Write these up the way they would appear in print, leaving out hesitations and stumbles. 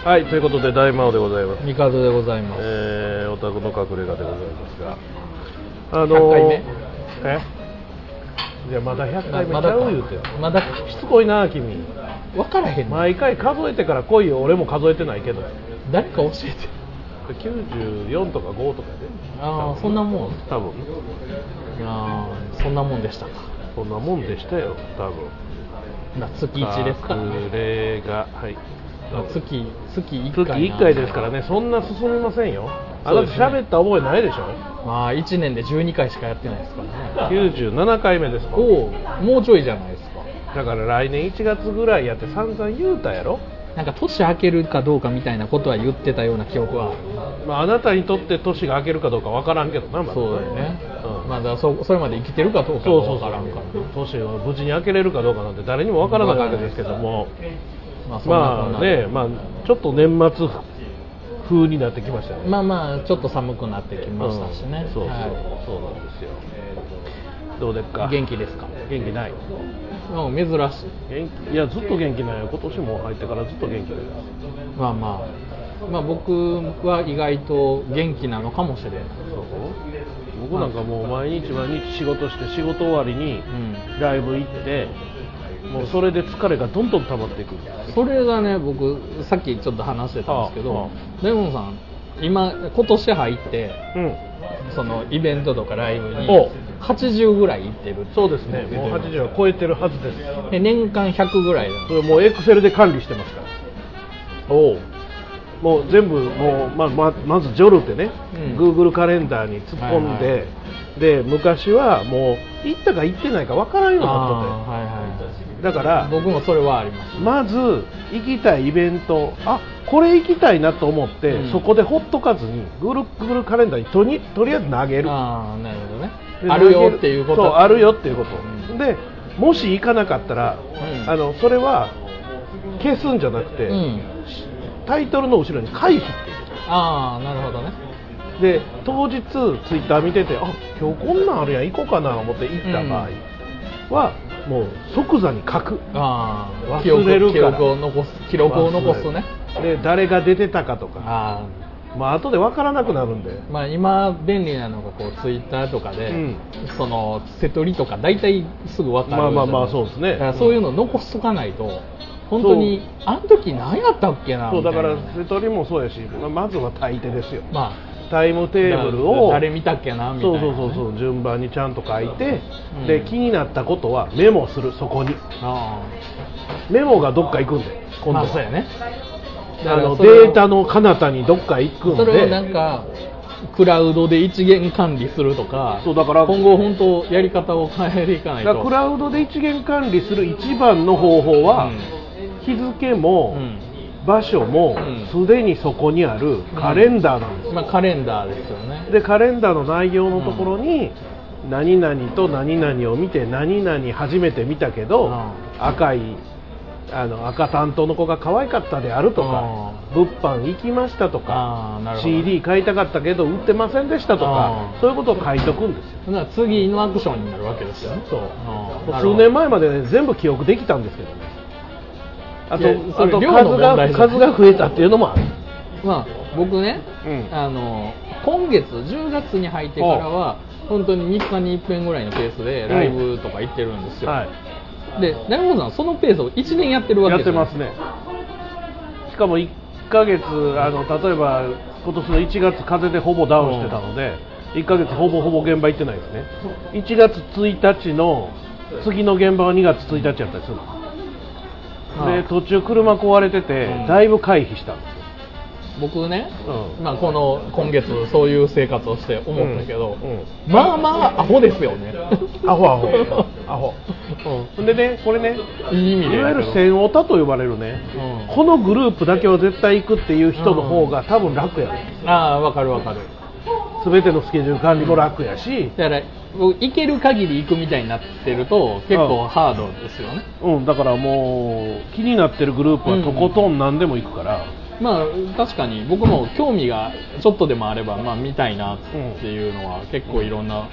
はい、ということで大魔王でございます。 ミカドでございます。 オタクの隠れ家でございますが、 100回目いやまだ100回目ちゃう言うて、 まだしつこいな君。 分からへんねん。 毎回数えてから来いよ。俺も数えてないけど。 誰か教えて。 94とか5とかで。 ああ、そんなもん。 多分。 ああ、そんなもんでしたか。 そんなもんでしたよ、多分。 月1ですか。 隠れ家、はい。 月1回。 月1回ですからね、そんな進みませんよ。あなた喋った覚えないでしょ。 まあ1年で12回しかやってないですからね。 97回目ですもん。 おお、もうちょいじゃないですか。 だから来年1月ぐらいやって散々言うたやろ。 なんか年明けるかどうかみたいなことは言ってたような記憶は。 まああなたにとって年が明けるかどうかわからんけどな、まだ。 そうだよね。 うん、 まだそれまで生きてるかどうかわからんから。 年を無事に明けれるかどうかなんて誰にもわからないわけですけども。まあね、まあちょっと年末風になってきましたね。 まあまあちょっと寒くなってきましたしね。 そうなんですよ。どうですか。 元気ですか。 元気ない。 珍しい。 元気、いやずっと元気ないよ。今年も入ってからずっと元気です。 まあ僕は意外と元気なのかもしれない。 僕なんかもう毎日仕事して仕事終わりにライブ行って、もうそれで疲れがどんどん溜まっていく。 それがね、僕さっきちょっと話してたんですけど、レモンさん今年入って、そのイベントとかライブに80ぐらい行ってる。 そうですね、もう80は超えてるはずです。 年間100ぐらい。 それもうエクセルで管理してますから。もう全部もう まずジョルってね、Google カレンダーに突っ込んで、で昔はもう行ったか行ってないか分からんようになったと。だから僕もそれはあります。 まず行きたいイベント、これ行きたいなと思って、そこでほっとかずに Google カレンダーにとりあえず投げる。 なるほどね。あるよっていうこと。 そう、あるよっていうこと、でもし行かなかったら、それは消すんじゃなくて、タイトルの後ろに回避って言ってる。 なるほどね。 で当日ツイッター見てて、今日こんなんあるやん、行こうかな思って行った場合は、もう即座に書く。忘れるから記録を残すね。で誰が出てたかとか、後で分からなくなるんで、 今便利なのがこうツイッターとかで、その瀬取りとか大体すぐ分かる。 そうですね。だからそういうの残しとかないと、本当にあの時何やったっけな。 そうだから瀬取りもそうやし、まずは大抵ですよ。タイムテーブルを誰見たっけなみたいな、ね、 そう順番にちゃんと書いて、で気になったことはメモする。そこにメモがどっか行くんで、今度そうやね。 データの彼方にどっか行くんで、 それをなんかクラウドで一元管理するとか、 だから今後本当やり方を変えていかないと。 クラウドで一元管理する一番の方法は、日付も、場所もすでにそこにあるカレンダーなんですよ。 カレンダーですよね。 でカレンダーの内容のところに、何々と何々を見て、何々初めて見たけど、赤担当の子が可愛かったであるとか、物販行きましたとか、CD 買いたかったけど売ってませんでしたとか、そういうことを書いとくんですよ。 次のアクションになるわけですよね。 数年前まで、全部記憶できたんですけどね。あと数が増えたっていうのもある。 僕ね、今月10月に入ってからは本当に3日に1遍ぐらいのペースでライブとか行ってるんですよ。で大門さんそのペースを1年やってるわけですよ。 やってますね。しかも1ヶ月例えば今年の1月風邪でほぼダウンしてたので、1ヶ月ほぼ現場行ってないですね。1月1日の次の現場は2月1日やったりするので、途中車壊れてて、だいぶ回避したんですよ。 僕ね、今月そういう生活をして思ったけど、アホですよね。 アホでね、これね、 いい意味でいわゆる1000オタと呼ばれるね、このグループだけは絶対行くっていう人の方が多分楽やね。 わかる。 全てのスケジュール管理も楽やし、 だから行ける限り行くみたいになってると結構ハードですよね。 だからもう気になってるグループはとことん何でも行くから、 確かに僕も興味がちょっとでもあれば見たいなっていうのは結構いろんな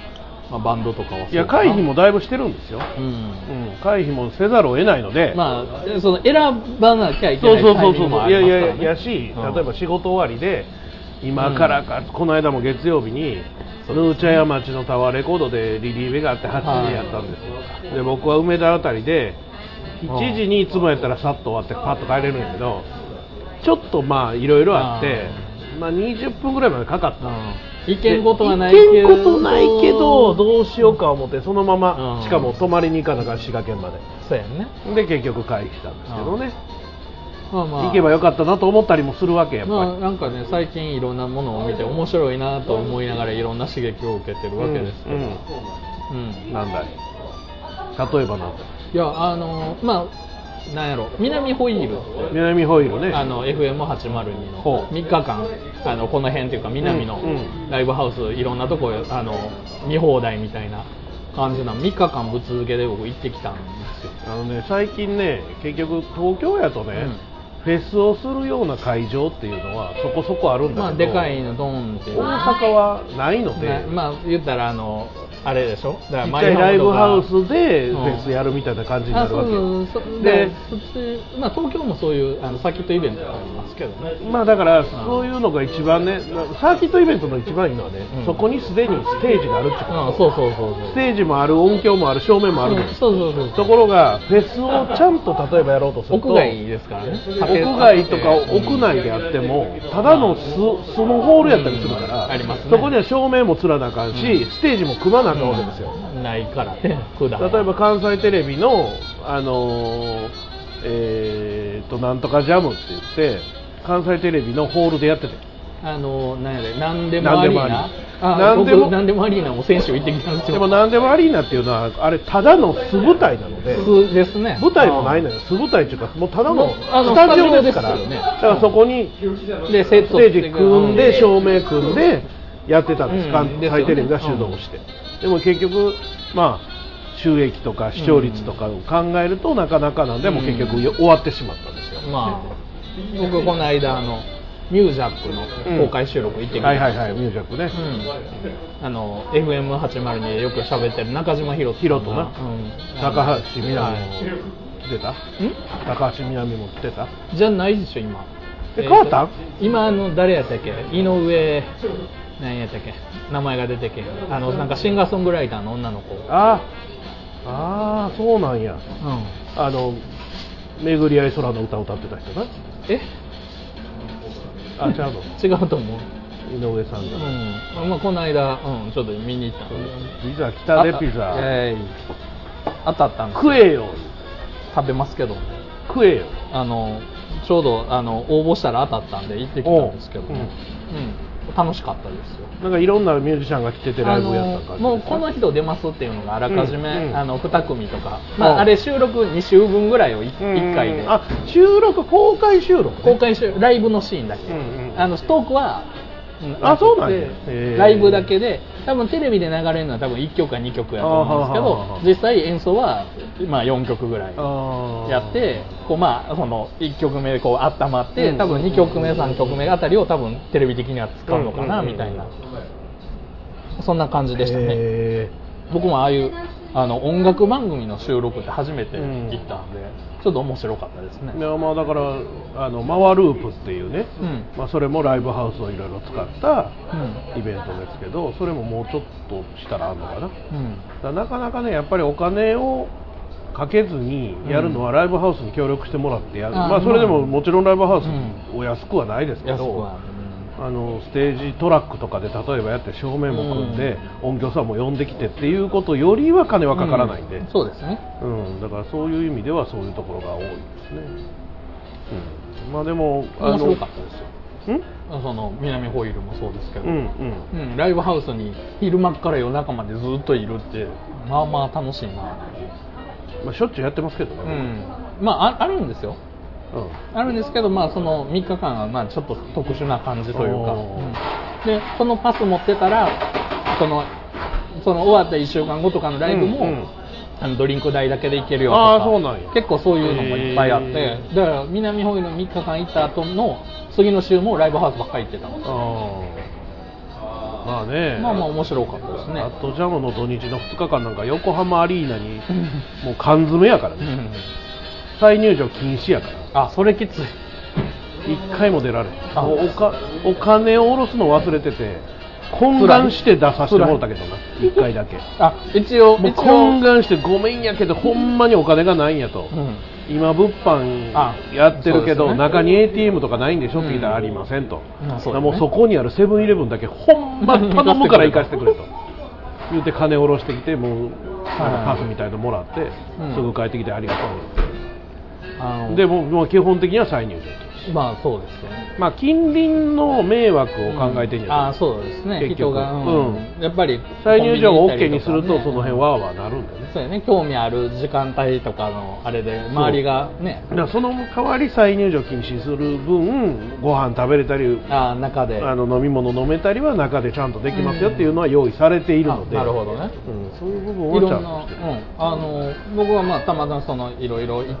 まあ、バンドとかはそう。 いや回避もだいぶしてるんですよ、回避もせざるを得ないので、 まあ、その選ばなきゃいけないタイミングもありますからね。 やし、例えば仕事終わりで今からか、この間も月曜日にヌーチャヤ町のタワーレコードでリリーベがあって8時やったんですよ、で僕は梅田あたりで7時にいつもやったらさっと終わってパッと帰れるんやけど、ちょっとまあいろいろあって、まあ、20分ぐらいまでかかった、 行けんことはないけど、 行けんことないけどどうしようか思ってそのまま、しかも泊まりに行かなかった滋賀県まで、 そうやね。 で結局回避したんですけどね、 まあまあ、 行けばよかったなと思ったりもするわけやっぱり、 まあ、なんかね最近いろんなものを見て面白いなと思いながらいろんな刺激を受けてるわけですけど、 なんだい、例えばなんだい、 いやまあなんやろ、南ホイールって、 南ホイールね、 FM802 の3日間この辺っていうか南のライブハウスいろんなとこ見放題みたいな感じな3日間ぶっ続けで僕行ってきたんですよ。 ね、最近ね結局東京やとね、フェスをするような会場っていうのはそこそこあるんだけど、 まあ、でかいのドーンっていう大阪はないので、 まあ言ったらあれでしょ、だから一回ライブハウスでフェスやるみたいな感じになるわけで、普通、まあ、東京もそういうサーキットイベントがありますけどね、 まあだからそういうのが一番ね、サーキットイベントの一番いいのはね、そこにすでにステージがあるってこと、ステージもある、音響もある、照明もあるんです、ところがフェスをちゃんと例えばやろうとすると屋外ですからね、 屋外とか屋内でやってもただの素のホールやったりするから、 ありますね、 そこには照明もつらなあかんし、ステージも組まなあかんわけですよ、 ないからね、普段例えば関西テレビのなんとかジャムって言って関西テレビのホールでやってて、 なんでもアリーナ、なんでもアリーナも先週行ってきたんですよ。 でもなんでもアリーナっていうのはあれただの素舞台なので、 素ですね、 舞台もないのよ、素舞台っていうかもうただのスタジオですから、だからそこにステージ組んで照明組んでやってたんです、関西テレビが主導して、でも結局まあ収益とか視聴率とかを考えるとなかなかなんでも結局終わってしまったんですよ。 まあ僕この間ミュージャックの公開収録行ってきました。 ミュージャックね。 FM802 でよく喋ってる中島ひろとな。高橋みなみも来てた？高橋みなみも来てた？ じゃないでしょ今。 変わった？ 今誰やったっけ？井上何やったっけ？名前が出てけ。なんかシンガーソングライターの女の子。 ああそうなんや。巡り合い空の歌を歌ってた人な。違うの？ 違うと思う。 井上さんが。 まあこの間ちょっと見に行ったんで。 ピザ来たでピザ。 当たったんですよ。 食えよ。 食べますけどね。 食えよ。 ちょうど応募したら当たったんで行ってきたんですけどね。楽しかったですよ。 なんかいろんなミュージシャンが来ててライブやった感じ。 もうこの人出ますっていうのがあらかじめ2組とか、まああれ収録2週分ぐらいを1回で。 収録公開収録。 ライブのシーンだけ。トークはそうなんや。 ライブだけで多分テレビで流れるのは多分1曲か2曲やと思うんですけど、実際演奏はまあ4曲ぐらいやってまあその1曲目で温まって多分2曲目3曲目あたりを多分テレビ的には使うのかなみたいな、そんな感じでしたね。僕もああいう音楽番組の収録って初めて行ったんで、ちょっと面白かったですね。 いやまあだからマワループっていうね、まあそれもライブハウスをいろいろ使ったイベントですけど、それももうちょっとしたらあるのかな。だからなかなかねやっぱりお金をかけずにやるのはライブハウスに協力してもらってやる。まあそれでももちろんライブハウスお安くはないですけど。ステージトラックとかで例えばやって照明も組んで、音響さんも呼んできてっていうことよりは金はかからないんで、 そうですね、 だからそういう意味ではそういうところが多いですね、まあでも面白かったですよ。その南ホイールもそうですけど、ライブハウスに昼間から夜中までずっといるってまあまあ楽しいな。 まあしょっちゅうやってますけどね、 まああるんですよ、あるんですけど、まあ、その3日間はまあちょっと特殊な感じというか、でそのパス持ってたらその終わった1週間後とかのライブも、ドリンク代だけで行けるよとか、 そうなんや。 結構そういうのもいっぱいあって、だから南ホイールの3日間行った後の次の週もライブハウスばっかり行ってたんですよ。 まあね、 まあ面白かったですね。 あとジャムの土日の2日間なんか横浜アリーナにもう缶詰やからね再入場禁止やから。 あ、それきつい。 1回も出られへん。お金を下ろすの忘れてて懇願して出させてもらったけどな、1回だけ。 あ、一応もう懇願してごめんやけどほんまにお金がないんやと、今物販やってるけど、中に ATM とかないんでしょって聞いたらありませんと、もうそこにあるセブンイレブンだけほんま頼むから行かせてくれと言って金下ろしてきて、もうパスみたいのもらって、すぐ帰ってきてありがとうでもう基本的には再入場。 まあそうですよね。 まあ近隣の迷惑を考えてんじゃない、 そうですね。人が、やっぱり再入場を OK にするとその辺わーわーなるんだよね。 そうやね。興味ある時間帯とかのあれで周りがね。 だからその代わり再入場禁止する分ご飯食べれたり、 中で飲み物飲めたりは中でちゃんとできますよっていうのは用意されているので。 なるほどね。 そういう部分をちゃんとしてる。 僕はまあたまたまそのいろいろ行って、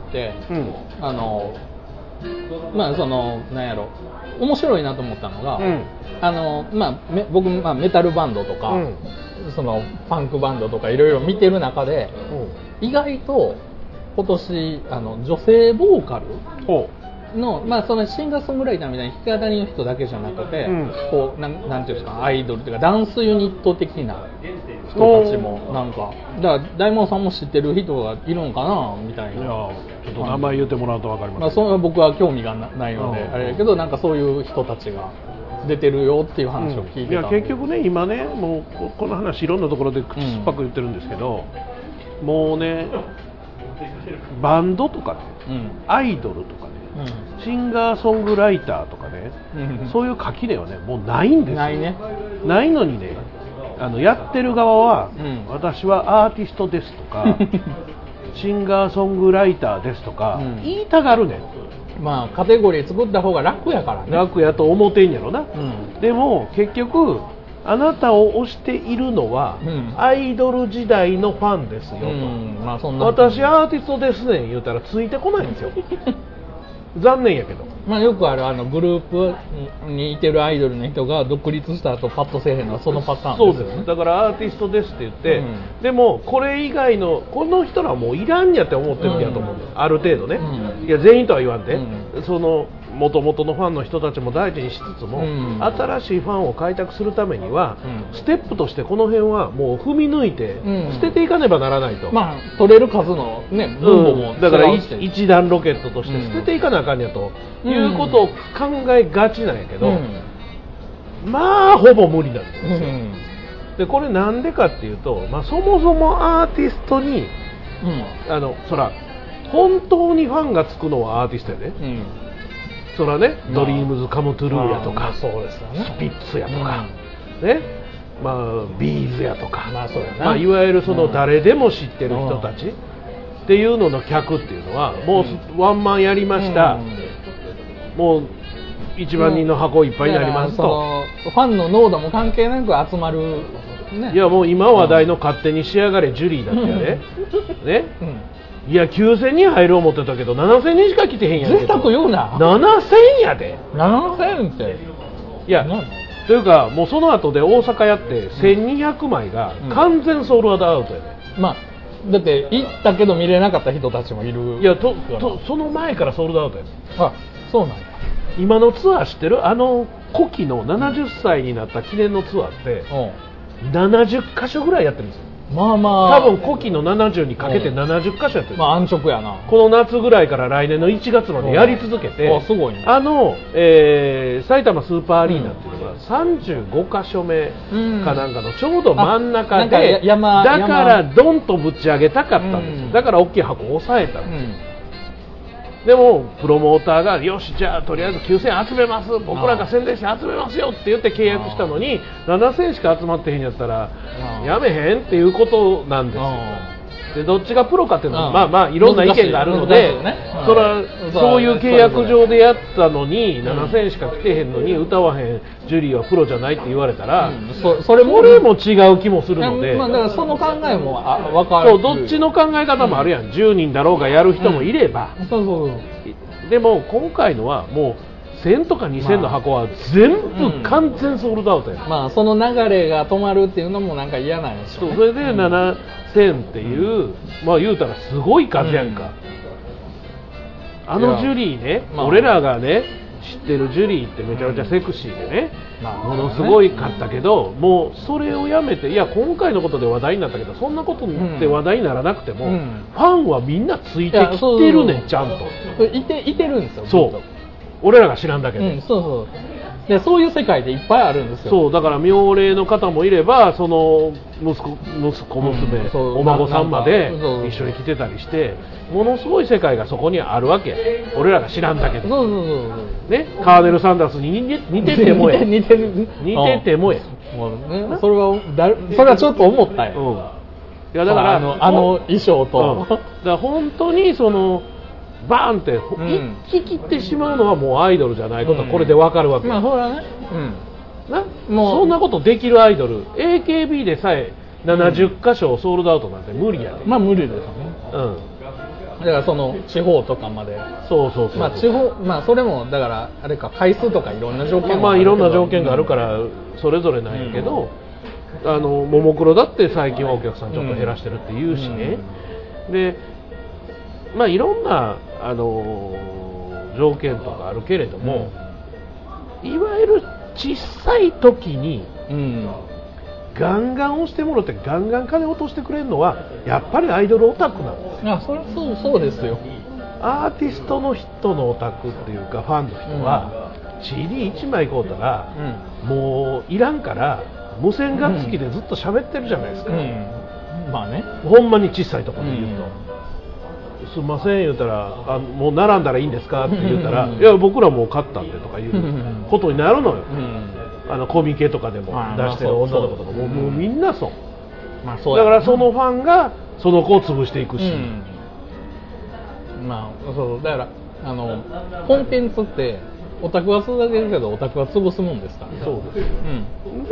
まあそのなんやろ面白いなと思ったのが、僕メタルバンドとか、そのパンクバンドとかいろいろ見てる中で、意外と今年女性ボーカルの、そのシンガーソングライターみたいな弾き語りの人だけじゃなくて、こうなんていうんですか、アイドルっていうかダンスユニット的な人たちもなんか、だから大門さんも知ってる人がいるんかなみたいな。 いやちょっと名前言ってもらうと分かります。 それは僕は興味がないのであれだけど、なんかそういう人たちが出てるよっていう話を聞いてた、 いや結局ね、今ね、もうこの話いろんなところで口酸っぱく言ってるんですけど、もうねバンドとかね、アイドルとかね、シンガーソングライターとかね、そういう垣根はねもうないんですよ。ないのにね、やってる側は、私はアーティストですとかシンガーソングライターですとか、言いたがるねん。 まあカテゴリー作った方が楽やからね。 楽やと思ってんやろな、でも結局あなたを推しているのは、アイドル時代のファンですよと、私アーティストですね言うたらついてこないんですよ残念やけど、 よくあるグループにいてるアイドルの人が独立した後パッとせえへんのはそのパターンですよね。 そうです。だからアーティストですって言って、でもこれ以外のこの人らはもういらんやって思ってるんやと思うんです、ある程度ね、いや全員とは言わんで、その元々のファンの人たちも大事にしつつも、新しいファンを開拓するためには、ステップとしてこの辺はもう踏み抜いて捨てていかねばならないと、 取れる数のね分母もだから一段ロケットとして捨てていかなあかんやということを考えがちなんやけど、まあほぼ無理なんですよ、でこれなんでかっていうと、そもそもアーティストに、そら本当にファンがつくのはアーティストやね、そらね、ドリームズカムトゥルーやとか、スピッツやとか、ね、ビーズやとか、いわゆるその誰でも知ってる人たちっていうのの客っていうのはもうワンマンやりました、もう1万人の箱いっぱいになりますと、 ファンの濃度も関係なく集まる、 いやもう今話題の勝手に仕上がれジュリーだってね、いや9000人入る思ってたけど7000人しか来てへんやんけど、 贅沢言うな、 7000やで、 7000っていやというかもうその後で大阪やって1200枚が完全ソールドアウトやね、 だって行ったけど見れなかった人たちもいる。 いやその前からソールドアウトやね。 そうなんや。 今のツアー知ってる？古希の70歳になった記念のツアーって70カ所ぐらいやってるんですよ。多分古希の70にかけて70カ所やってる。 安直やな。 この夏ぐらいから来年の1月までやり続けて、 すごいね。 埼玉スーパーアリーナっていうのが35カ所目かなんかのちょうど真ん中で、だからドンとぶち上げたかったんですよ。だから大きい箱を抑えたんですよ。でもプロモーターがよしじゃあとりあえず9000集めます、僕らが宣伝して集めますよって言って契約したのに7000しか集まってへんやったらやめへんっていうことなんですよ。でどっちがプロかっていうのはいろんな意見があるので、そういう契約上でやったのに7000しか来てへんのに歌わへんジュリーはプロじゃないって言われたら、それも違う気もするので、 だからその考えも分かる。 そうどっちの考え方もあるやん、10人だろうがやる人もいれば、でも今回のはもう 1000とか2000の箱は全部完全ソールドアウトや、 まあその流れが止まるっていうのもなんか嫌なんでしょうね。 それで7000っていう、まあ言うたらすごい数やんか、あのジュリーね、俺らがね知ってるジュリーってめちゃめちゃセクシーでね、ものすごいかったけど、もうそれをやめて、いや今回のことで話題になったけど、そんなことで話題にならなくても、ファンはみんなついてきてるねん、ちゃんといてるんですよ。 そう、俺らが知らんだけで、 そういう世界でいっぱいあるんですよ。 そうだから妙齢の方もいれば、その息子娘、お孫さんまで一緒に来てたりして、ものすごい世界がそこにあるわけ、俺らが知らんだけど、ね、カーネル・サンダースに似ててもや似ててもや、 もうね、それはちょっと思ったよ、 いやだからあの衣装と、 だから本当にそのバーンって一気切ってしまうのはもうアイドルじゃないことはこれで分かるわけ、 まあほらね、 もうそんなことできるアイドル AKB でさえ70箇所ソールドアウトなんて無理やで、 まあ無理ですよね、だからその地方とかまで、まあ地方、まあそれもだからあれか、回数とかいろんな条件まあいろんな条件があるからそれぞれなんやけど、ももクロだって最近はお客さんちょっと減らしてるって言うしね、でまあいろんな条件とかあるけれども、いわゆる小さい時にガンガン押してもらってガンガン金落としてくれるのはやっぱりアイドルオタクなんですよ。 それそうですよ。 アーティストの人のオタクっていうかファンの人は、CD1 枚買うたら、もういらんから無線が付きでずっと喋ってるじゃないですか、 まあね、 ほんまに小さいところで言うと、すいません言うたら、もう並んだらいいんですかって言ったら、いや僕らもう買ったんでとかいうことになるのよ、コミケとかでも出してる女の子とかもうみんなそう、だからそのファンがその子を潰していくし、まあそうだからコンテンツってオタクは育てるけどオタクは潰すもんですからね。 そうです、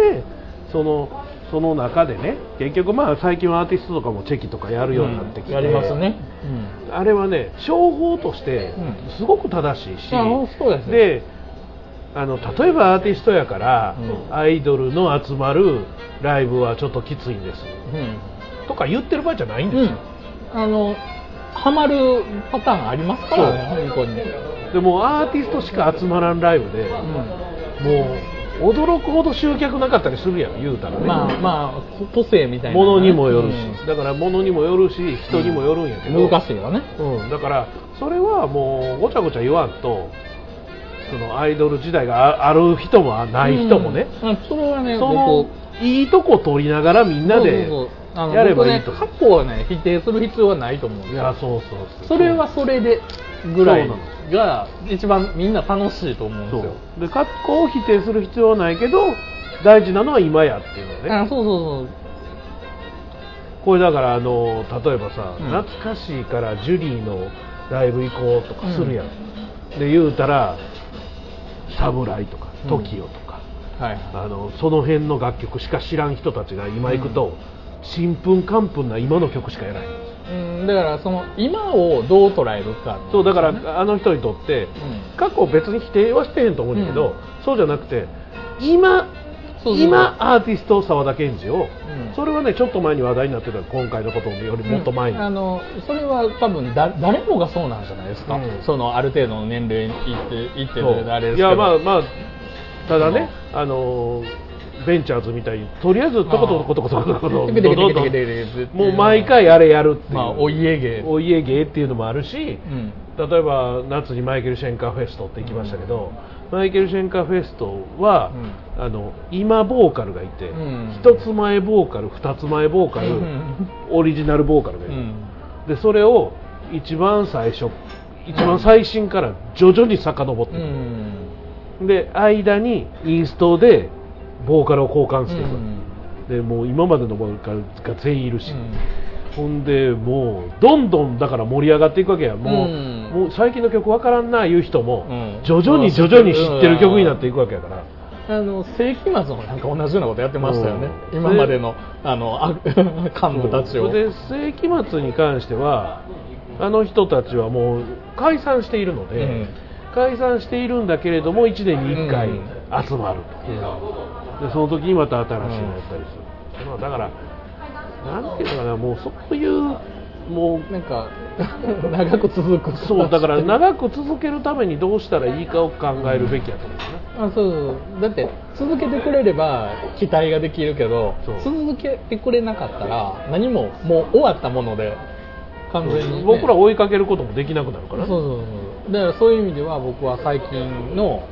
でその中でね、結局まあ最近はアーティストとかもチェキとかやるようになってきて、 やりますね、 あれはね商法としてすごく正しいし、 で例えばアーティストやから、アイドルの集まるライブはちょっときついんです、とか言ってる場合じゃないんですよ、 ハマるパターンありますからね、本当に。 でもアーティストしか集まらんライブで、もう驚くほど集客なかったりするやん、言うたらね。 まあ個性みたいな、 ものにもよるし、だからものにもよるし人にもよるんやけど、 難しいよね、 だからそれはもうごちゃごちゃ言わんと、そのアイドル時代がある人もない人もね、 それはね、 そのいいとこ取りながらみんなでやればいいと。 過去をね否定する必要はないと思うんですよ。 いやそれはそれでぐらいが一番みんな楽しいと思うんですよ。 で過去を否定する必要はないけど大事なのは今やっていうのね。 そうこれだから例えばさ、懐かしいからジュリーのライブ行こうとかするやん、で言うたらサムライとか TOKIO とか、その辺の楽曲しか知らん人たちが今行くと、ちんぷんかんぷんな今の曲しかやらない、 だからその今をどう捉えるか、 そうだからあの人にとって、過去別に否定はしてへんと思うんだけど、そうじゃなくて今アーティスト沢田研二を、それはねちょっと前に話題になってた今回のことよりもっと前に、 それは多分誰もがそうなんじゃないですか、そのある程度の年齢にいってるあれですけど、 いやまあただねベンチャーズみたいにとりあえずトコトコトコトコトコもう毎回あれやるっていう、 お家芸っていうのもあるし、例えば夏にマイケル・シェンカーフェストって行きましたけど、マイケル・シェンカーフェストは、今ボーカルがいて、1つ前ボーカル2つ前ボーカル、オリジナルボーカルがいる、でそれを一番最新から徐々に遡っていく、で間にインストでボーカルを交換していく、でもう今までのボーカルが全員いるし、ほんでもうどんどんだから盛り上がっていくわけや、もう最近の曲わからんないう人も、徐々に知ってる曲になっていくわけやから、 世紀末もなんか同じようなことやってましたよね、今までの幹部たちを。 で世紀末に関してはあの人たちはもう解散しているので、 解散しているんだけれども1年に1回集まると、でその時にまた新しいのやったりする、だからなんていうのかな、もうそういうもうなんか長く続く、 そうだから長く続けるためにどうしたらいいかを考えるべきやと思うね。 そうだって続けてくれれば期待ができるけど、続けてくれなかったら何ももう終わったもので完全に、ね、 僕ら追いかけることもできなくなるから、 だからそういう意味では僕は最近の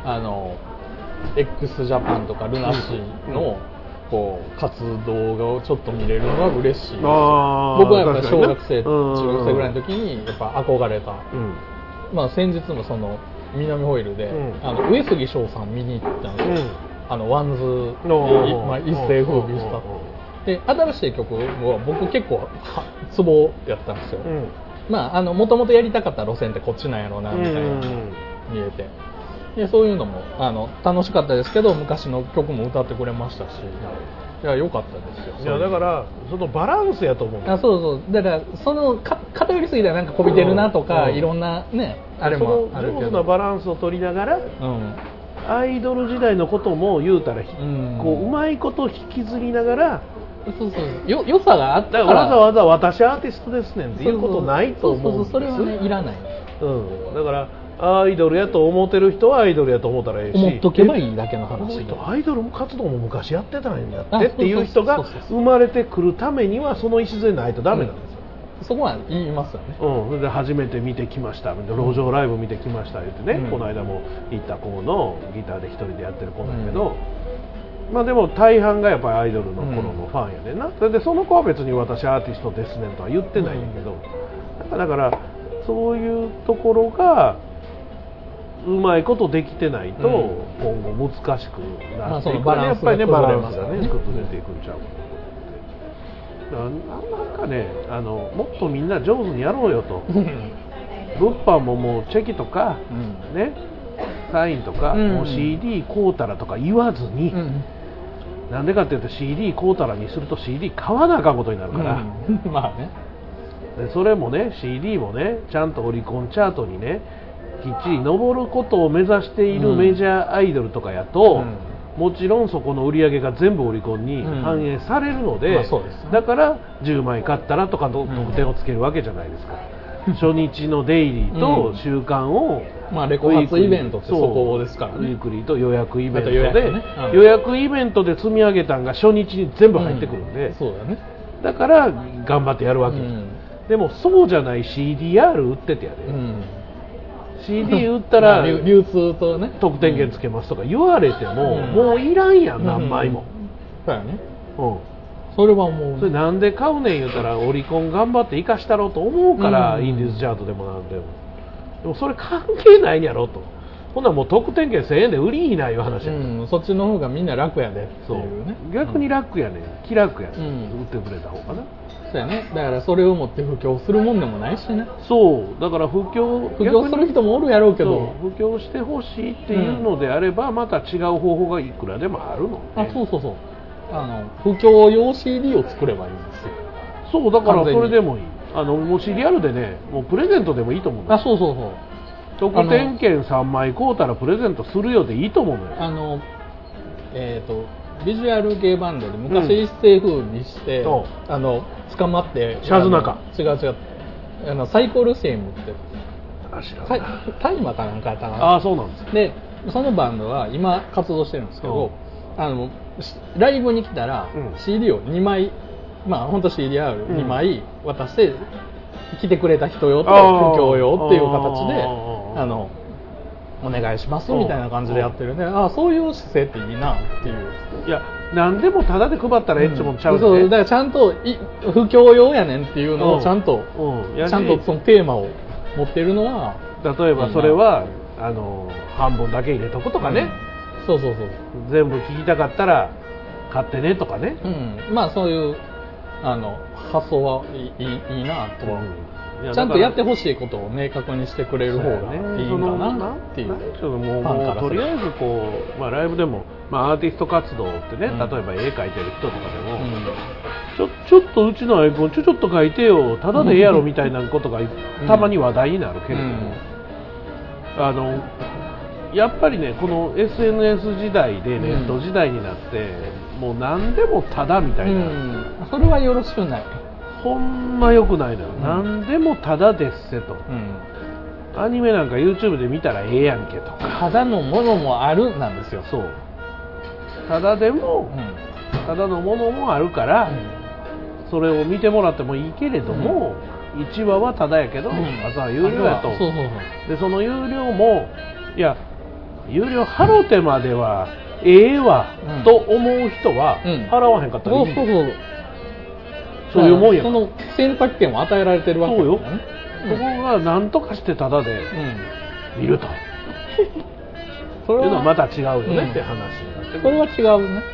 x ジャパンとかルナシーのこう活動がちょっと見れるのが嬉しい。僕はやっぱ小学生、中学生ぐらいの時にやっぱ憧れた、まあ先日もその南ホイールで、上杉翔さん見に行ったんですよ、ワンズ一世風靡したで、新しい曲は僕結構ツボやったんですよ、まあもともとやりたかった路線ってこっちなんやろうなみたいな見えて、でそういうのも楽しかったですけど、昔の曲も歌ってくれましたし、いや良かったですよ。 いやだからそのバランスやと思う。 そうだからその偏りすぎたらなんかこびてるなとか、いろんなねあれもあるけど、 上手なバランスを取りながら、アイドル時代のことも言うたら、こううまいこと引きずりながら、 良さがあったら、 だからわざわざ私アーティストですねんっていうことないと思うんです。 それはねいらない、 だからアイドルやと思ってる人はアイドルやと思ったらいいし、 思っとけばいいだけの話で、 アイドル活動も昔やってたんやってっていう人が生まれてくるためにはその礎ないとダメなんですよ、 そこは言いますよね、 で初めて見てきました、路上ライブ見てきました言ってね、この間も行った子のギターで一人でやってる子なんだけど、まあでも大半がやっぱりアイドルの頃のファンやねんな、それでその子は別に私アーティストですねんとは言ってないんだけど、だからそういうところがうまいことできてないと今後難しくなっていくから、やっぱりねバランスがね崩れていくんちゃうかな。なんかねもっとみんな上手にやろうよと物販ももうチェキとか、ねサインとか、もう CD 買うたらとか言わずに、なんでかっていうと CD 買うたらにすると CD 買わなあかんことになるから、 まあね、 でそれもね CD もねちゃんとオリコンチャートにねきっちり上ることを目指しているメジャーアイドルとかやと、もちろんそこの売り上げが全部オリコンに反映されるので、だから10枚買ったらとかの特典をつけるわけじゃないですか。初日のデイリーと週間を、 レコ発イベントってそこですからね。 ウィークリーと予約イベントで、予約イベントで積み上げたんが初日に全部入ってくるんで、だから頑張ってやるわけ、でもそうじゃない CDR 売っててやで、CD 売ったら流通とね特典券つけますとか言われても、もういらんやん何枚も、 そうやね、それはもうそれなんで買うねん言うたらオリコン頑張って生かしたろうと思うから、インディーズチャートでもなんでも、でもそれ関係ないんやろと、ほんならもう特典券1000円で売りいないいう話や、 そっちの方がみんな楽やでっていうね、 逆に楽やねん、気楽やねん、売ってくれた方がな。 そうやね、だからそれを持って布教するもんでもないしね。 そうだから布教する人もおるやろうけど、 布教してほしいっていうのであれば、また違う方法がいくらでもあるので、 そう布教用 CD を作ればいいんですよ。 そうだからそれでもいい、もう CD あるでね、もうプレゼントでもいいと思うんです。特典券3枚買うたらプレゼントするよでいいと思うのよ。 ビジュアル系バンドで昔一世風にして、捕まってシャズナカ違うサイコルシエムって大麻かなんかやったかな。 そうなんです。 でそのバンドは今活動してるんですけど、ライブに来たら CD を2枚、本当 CDR2 枚渡して来てくれた人用と布教用っていう形でお願いしますみたいな感じでやってるんで、そういう姿勢っていいなっていう。 いや何でもタダで配ったらええっちもんちゃうね。 そうだからちゃんと布教用やねんっていうのをちゃんとそのテーマを持ってるのは、 例えばそれは半分だけ入れとくとかね、全部聞きたかったら買ってねとかね、 そういう発想はいいなとは思う。ちゃんとやってほしいことを明確にしてくれる方がいいんかなっていう。 もうとりあえずこう、ライブでも、アーティスト活動ってね、例えば絵描いてる人とかでも、ちょっとうちのアイコンちょっと描いてよただでええやろみたいなことがたまに話題になるけれども、 やっぱりねこの SNS 時代でネット時代になって、もう何でもタダみたいな、 それはよろしくない。 ほんま良くないのよ、何でもタダですせと、アニメなんか YouTube で見たらええやんけとか、 タダのものもあるなんですよ。 そう、タダでも、タダのものもあるから、それを見てもらってもいいけれども、1話はタダやけど、あとは有料やと。でその有料もいや有料払うてまではええわ、と思う人は払わへんかったらいい。そういうもんや。 その選択権を与えられてるわけだよね。 そこが何とかしてタダで見ると、それいうのはまた違うよねって話になってくる。 それは違うね。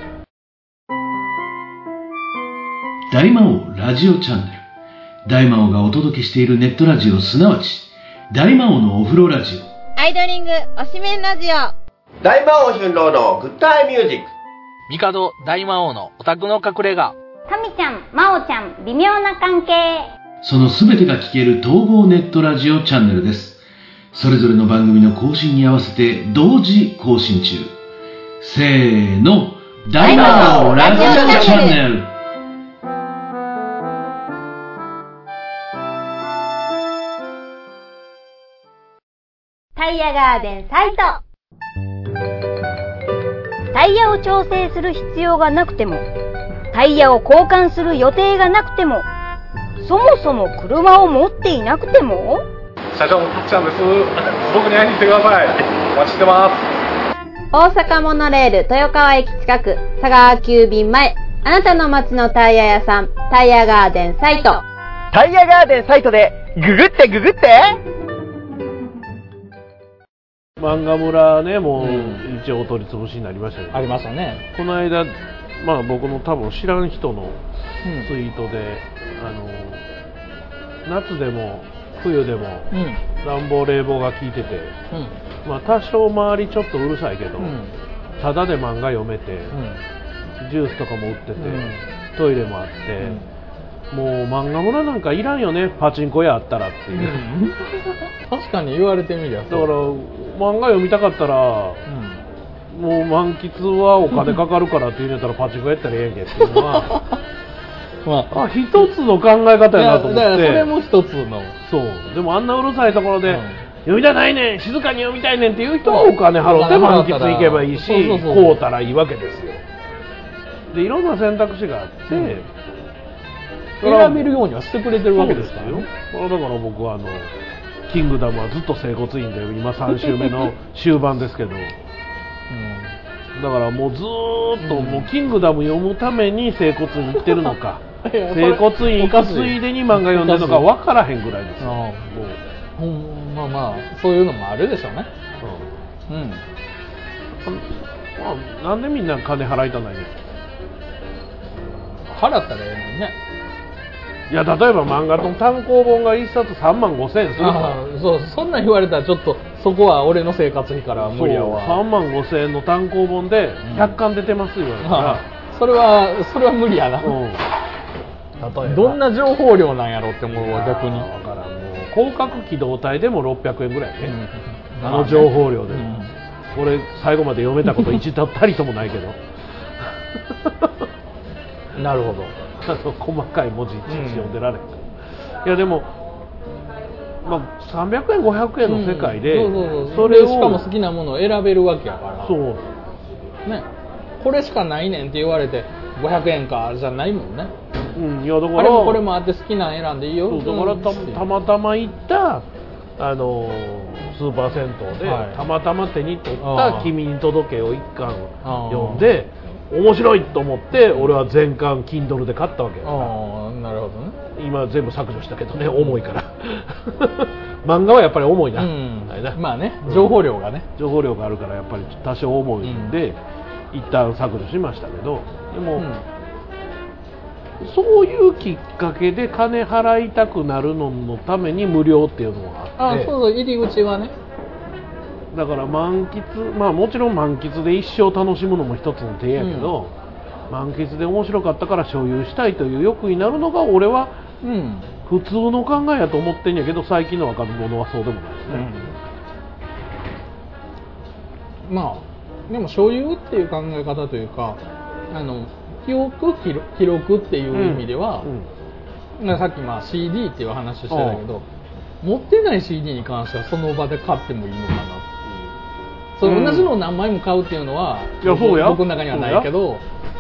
大魔王ラジオチャンネル。大魔王がお届けしているネットラジオ、すなわち大魔王のお風呂ラジオ、 アイドリング推しメンラジオ、 大魔王春郎のグッタイミュージック、 帝大魔王のオタクの隠れ家、 タミちゃん、マオちゃん、微妙な関係。 そのすべてが聞ける統合ネットラジオチャンネルです。それぞれの番組の更新に合わせて同時更新中。せーの、大魔王ラジオチャンネル。 タイヤガーデンサイト。タイヤを調整する必要がなくても、タイヤを交換する予定がなくても、そもそも車を持っていなくても。 社長のたっちゃんです。僕に会いに来てください。お待ちしてます。 大阪モノレール豊川駅近く、佐川急便前、あなたの街のタイヤ屋さん、タイヤガーデンサイト。 タイヤガーデンサイトでググってググって。 漫画村ね、もう一応お取り潰しになりましたけど、 ありましたね。 この間、まあ、僕の多分知らん人のツイートで、夏でも冬でも暖房冷房が効いてて、まあ、多少周りちょっとうるさいけど、ただで漫画読めて、ジュースとかも売ってて、トイレもあって、もう漫画村なんかいらんよね、パチンコ屋あったらっていう、 確かに言われてみりゃ。 だから漫画読みたかったら、もう満喫はお金かかるからって言うんやったらパチンコやったらええやんけっていうのは一つの考え方やなと思って。 だからそれも一つの。 そうでもあんなうるさいところで、読みたないねん、静かに読みたいねんっていう人はお金払って満喫行けばいいし、こうたらいいわけですよ。でいろんな選択肢があって、 選べるようにはしてくれてるわけですからね。 だから僕はキングダムはずっと整骨院で今3週目の終盤ですけど、だからもうずーっともうキングダム読むために整骨院行ってるのか整骨院行くついでに漫画読んでるのか分からへんぐらいですよ。 まあまあそういうのもあるでしょうね。 まあ、なんでみんな金払いたないねん。 払ったらええのにね。 いや例えば漫画の単行本が1冊3万5千円するかそんなん言われたらちょっとそこは俺の生活費から無理やわ。 3万5千円の単行本で100巻出てます言われたら、 それは無理やな。どんな情報量なんやろって思うわ。逆にだからもう広角機動隊でも600円ぐらいね、情報量で、俺最後まで読めたこと一度たりともないけどなるほど。 細かい文字いちいち読んでられへん、いやでも、まあ、300円500円の世界で、 それをしかも好きなものを選べるわけやから、 そうね、これしかないねんって言われて500円かじゃないもんね。 いやだからあれもこれもあって好きなの選んでいいよ。 だからたまたま行ったスーパー銭湯で、たまたま手に取った「君に届け」を1巻読んで面白いと思って俺は全巻 Kindle で買ったわけ。 なるほどね。 今全部削除したけどね、重いから漫画はやっぱり重いな、 まあね、情報量があるからやっぱり多少重いんで、一旦削除しましたけど、でも、そういうきっかけで金払いたくなるののために無料っていうのがあって、 そう入り口はね。 だから満喫、まあもちろん満喫で一生楽しむのも一つの手やけど、満喫で面白かったから所有したいという欲になるのが俺は普通の考えやと思ってんやけど、最近の若者はそうでもないですね。 まあでも所有っていう考え方というか、記憶記録っていう意味では、さっきまあ CD っていう話してたけど、持ってない CD に関してはその場で買ってもいいのかなっていう。それ同じのを何枚も買うっていうのは、僕の中にはないけど、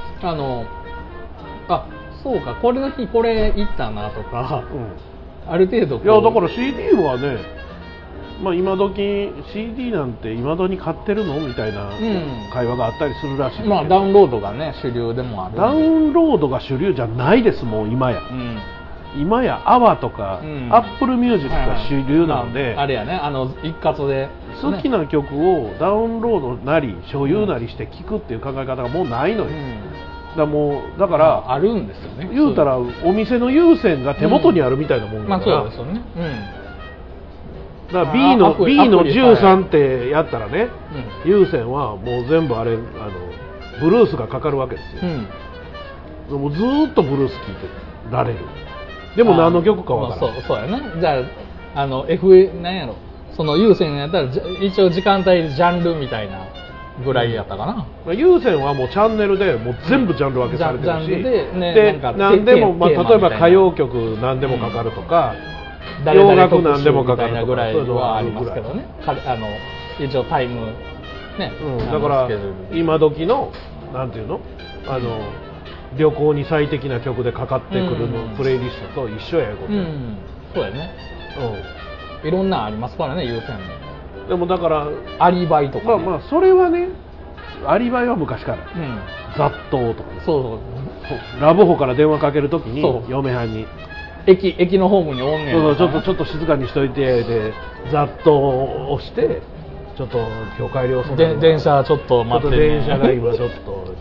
そうか、これの日これ行ったなとか、ある程度いやだから CD はね、まあ今時 CD なんて今時に買ってるのみたいな会話があったりするらしい、 まあダウンロードがね主流でもある。 ダウンロードが主流じゃないです。もう今や、今やAWAとか、Apple Music が主流なので、 あれやね、一括で、 好きな曲をダウンロードなり所有なりして聴くっていう考え方がもうないのよ、だからあるんですよね。 言うたらお店の有線が手元にあるみたいなもんだから、 そうですよね。 だから B の13ってやったらね、有線はもう全部あれブルースがかかるわけですよ、もうずーっとブルース聴いてられる。でも何の曲かわからない。 そうやな。じゃあなんやろ、その有線やったら一応時間帯ジャンルみたいなぐらいやったかな。 有線はもうチャンネルでもう全部ジャンル分けされてるし、で何でも、例えば歌謡曲何でもかかるとか、洋楽何でもかかるとかぐらいはありますけどね。一応タイムね。 だから今時のなんていうの、旅行に最適な曲でかかってくるのプレイリストと一緒やいうこと。 そうやね。いろんなありますからね、有線も。 でもだからアリバイとか、 まあそれはね、アリバイは昔から、雑踏とかね、そうラブホから電話かけるときに嫁はんに駅のホームにおんねん、 ちょっと静かにしといてで雑踏をしてちょっと今日帰り遅くて電車ちょっと待って電車が今ちょっ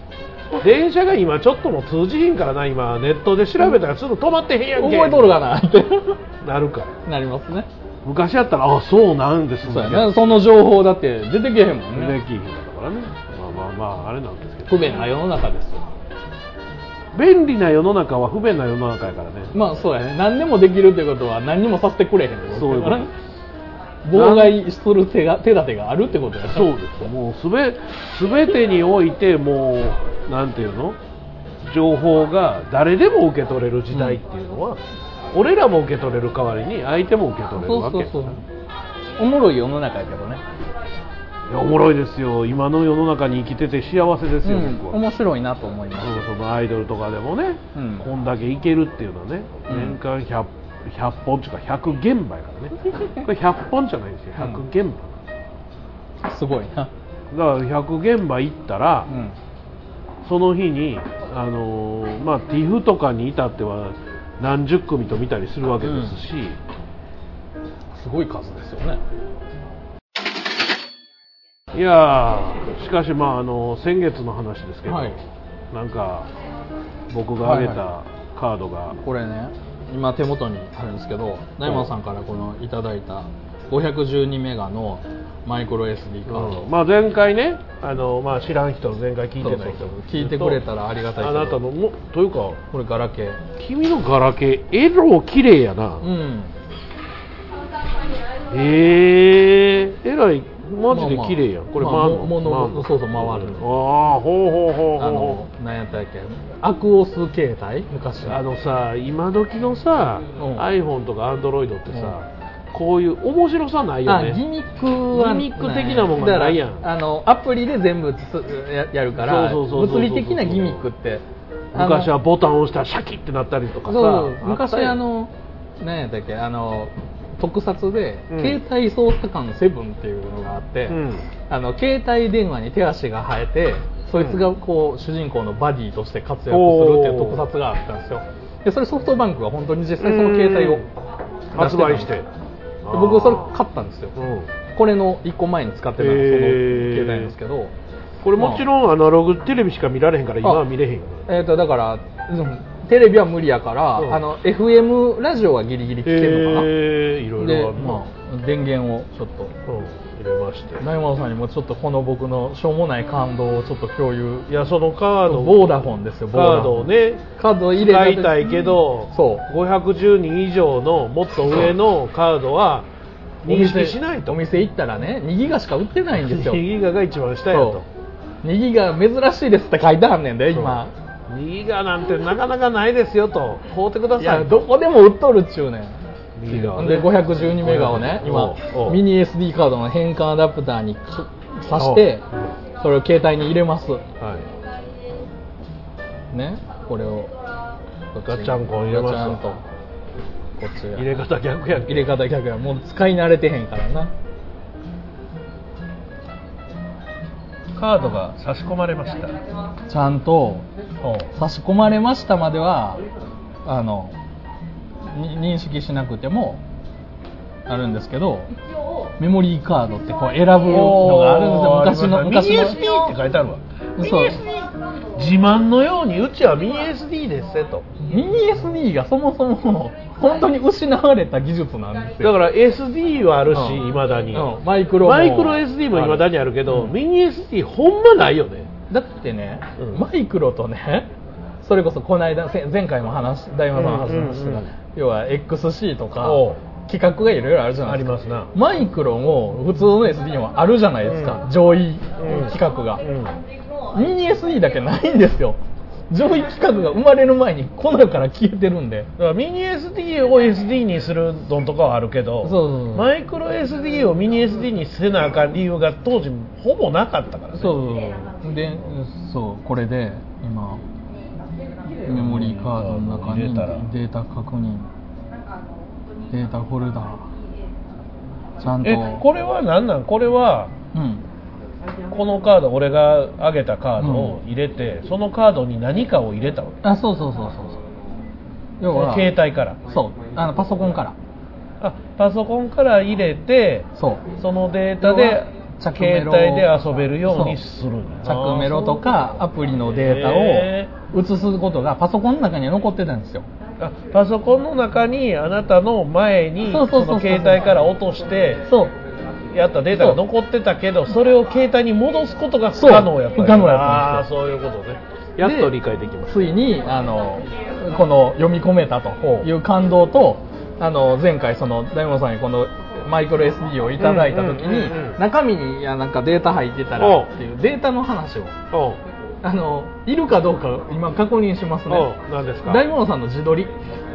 とも通じひんからな。今ネットで調べたらすぐ止まってへんやんけ、 覚えとるかなってなるからなりますね。 昔やったらそうなんですね。 そうやね、その情報だって出てけへんもんね。 出てけへんかったからね。まああれなんですけど、 不便な世の中ですよ。 便利な世の中は不便な世の中やからね。 まあそうやね、何でもできるってことは何にもさせてくれへんってことそういうこと妨害する手立てがあるってことやね。 そうです。もうすべてにおいてもうなんていうの、情報が誰でも受け取れる時代っていうのは、俺らも受け取れる代わりに相手も受け取れるわけ。 そうおもろい世の中やけどね。 いやおもろいですよ。今の世の中に生きてて幸せですよ、僕は。 面白いなと思います。 そのアイドルとかでもね、こんだけいけるっていうのはね、年間100本っていうか100現場やからね。これ100本じゃないんですよ、100現場。すごいな。 だから100現場行ったら、その日にまあ TIFF とかに至っては何十組と見たりするわけですし、 すごい数ですよね。 いやしかしまあ先月の話ですけど、なんか僕が挙げたカードが、 これね今手元にあるんですけど、大門さんからこのいただいた512メガのマイクロ SD カード、 まあ前回ねまあ知らん人、前回聞いてない人聞いてくれたらありがたいけど、 あなたのというかこれガラケー、 君のガラケー色綺麗やな。えらいマジで綺麗やん。これ回るの？ そう回る。 ああ、ほう。何やったっけ？アクオス携帯？昔さ、今時のさ、iPhone とか Android ってさ、こういう面白さないよね。 ギミック的なもんがないやん。 アプリで全部やるから、物理的なギミックって昔はボタンを押したらシャキッってなったりとかさ。 昔何やったっけ特撮で、携帯捜査官7っていうのがあって、携帯電話に手足が生えて、そいつがこう主人公のバディとして活躍するっていう特撮があったんですよ。でそれソフトバンクが本当に実際その携帯を発売して、 僕それ買ったんですよ。これの1個前に使ってたのがその携帯なんですけど、 これもちろんアナログテレビしか見られへんから今は見れへんよ。 だからテレビは無理やから、FM ラジオはギリギリ聞けるのかな。 いろいろで、電源をちょっと入れまして、 大門さんにもちょっとこの僕のしょうもない感動をちょっと共有。 いや、そのカード、 ボーダフォンですよ。 カードをね、 カードを入れ使いたいけど、510人以上のもっと上のカードは認識しないと。 お店行ったらね2ギガしか売ってないんですよ。 2ギガが一番下やと。 2ギガ珍しいですって書いてあんねんで今。 2ギガなんてなかなかないですよと買うてください。 いやどこでも売っとるっちゅうねん。 2ギガはね、 で512メガをね今ミニ SD カードの変換アダプターに挿してそれを携帯に入れます。 はい。 ねこれをガチャンコ入れます。 ガチャンとこっち入れ方逆や。 入れ方逆や。もう使い慣れてへんからな。 カードが差し込まれました。 ちゃんと差し込まれましたまでは認識しなくてもあるんですけど、メモリーカードってこう選ぶのがあるんですよ。昔のミニ SD って書いてあるわ。 そう自慢のようにうちはミニ SD ですせと。 ミニ SD がそもそも本当に失われた技術なんですよ。 だから SD はあるし、いまだに、 マイクロ SD もいまだにあるけど、ミニ SD ほんまないよね。 だってね、マイクロとね、それこそこの間前回も大魔さんの話しましたが、要は XC とか規格がいろいろあるじゃないですか。 ありますな。 マイクロも普通の SD もあるじゃないですか、上位規格が、ミニ SD だけないんですよ。上位規格が生まれる前にこの世から消えてるんで。 だからミニ SD を SD にするのとかはあるけど、 そうマイクロ SD をミニ SD にせなあかん理由が当時ほぼなかったからね。 そうで、そうこれで今メモリーカードの中にデータ確認、データフォルダちゃんと。 これは何なん？これは、このカード、俺が上げたカードを入れて、そのカードに何かを入れたわけ。 あ、そう要は携帯から。 そうパソコンから。 パソコンから入れて、そのデータで携帯で遊べるようにするんだ。 着メロとかアプリのデータを移すことがパソコンの中には残ってたんですよ。 パソコンの中にあなたの前にその携帯から落としてやったデータが残ってたけど、それを携帯に戻すことが不可能やった。 不可能やったんですよ。 そういうことね。やっと理解できます。 ついにこの読み込めたという感動と、前回その大門さんにこのマイクロ SD をいただいた時に中身になんかデータ入ってたらっていうデータの話をいるかどうか今確認しますね。 何ですか？ 大門さんの自撮り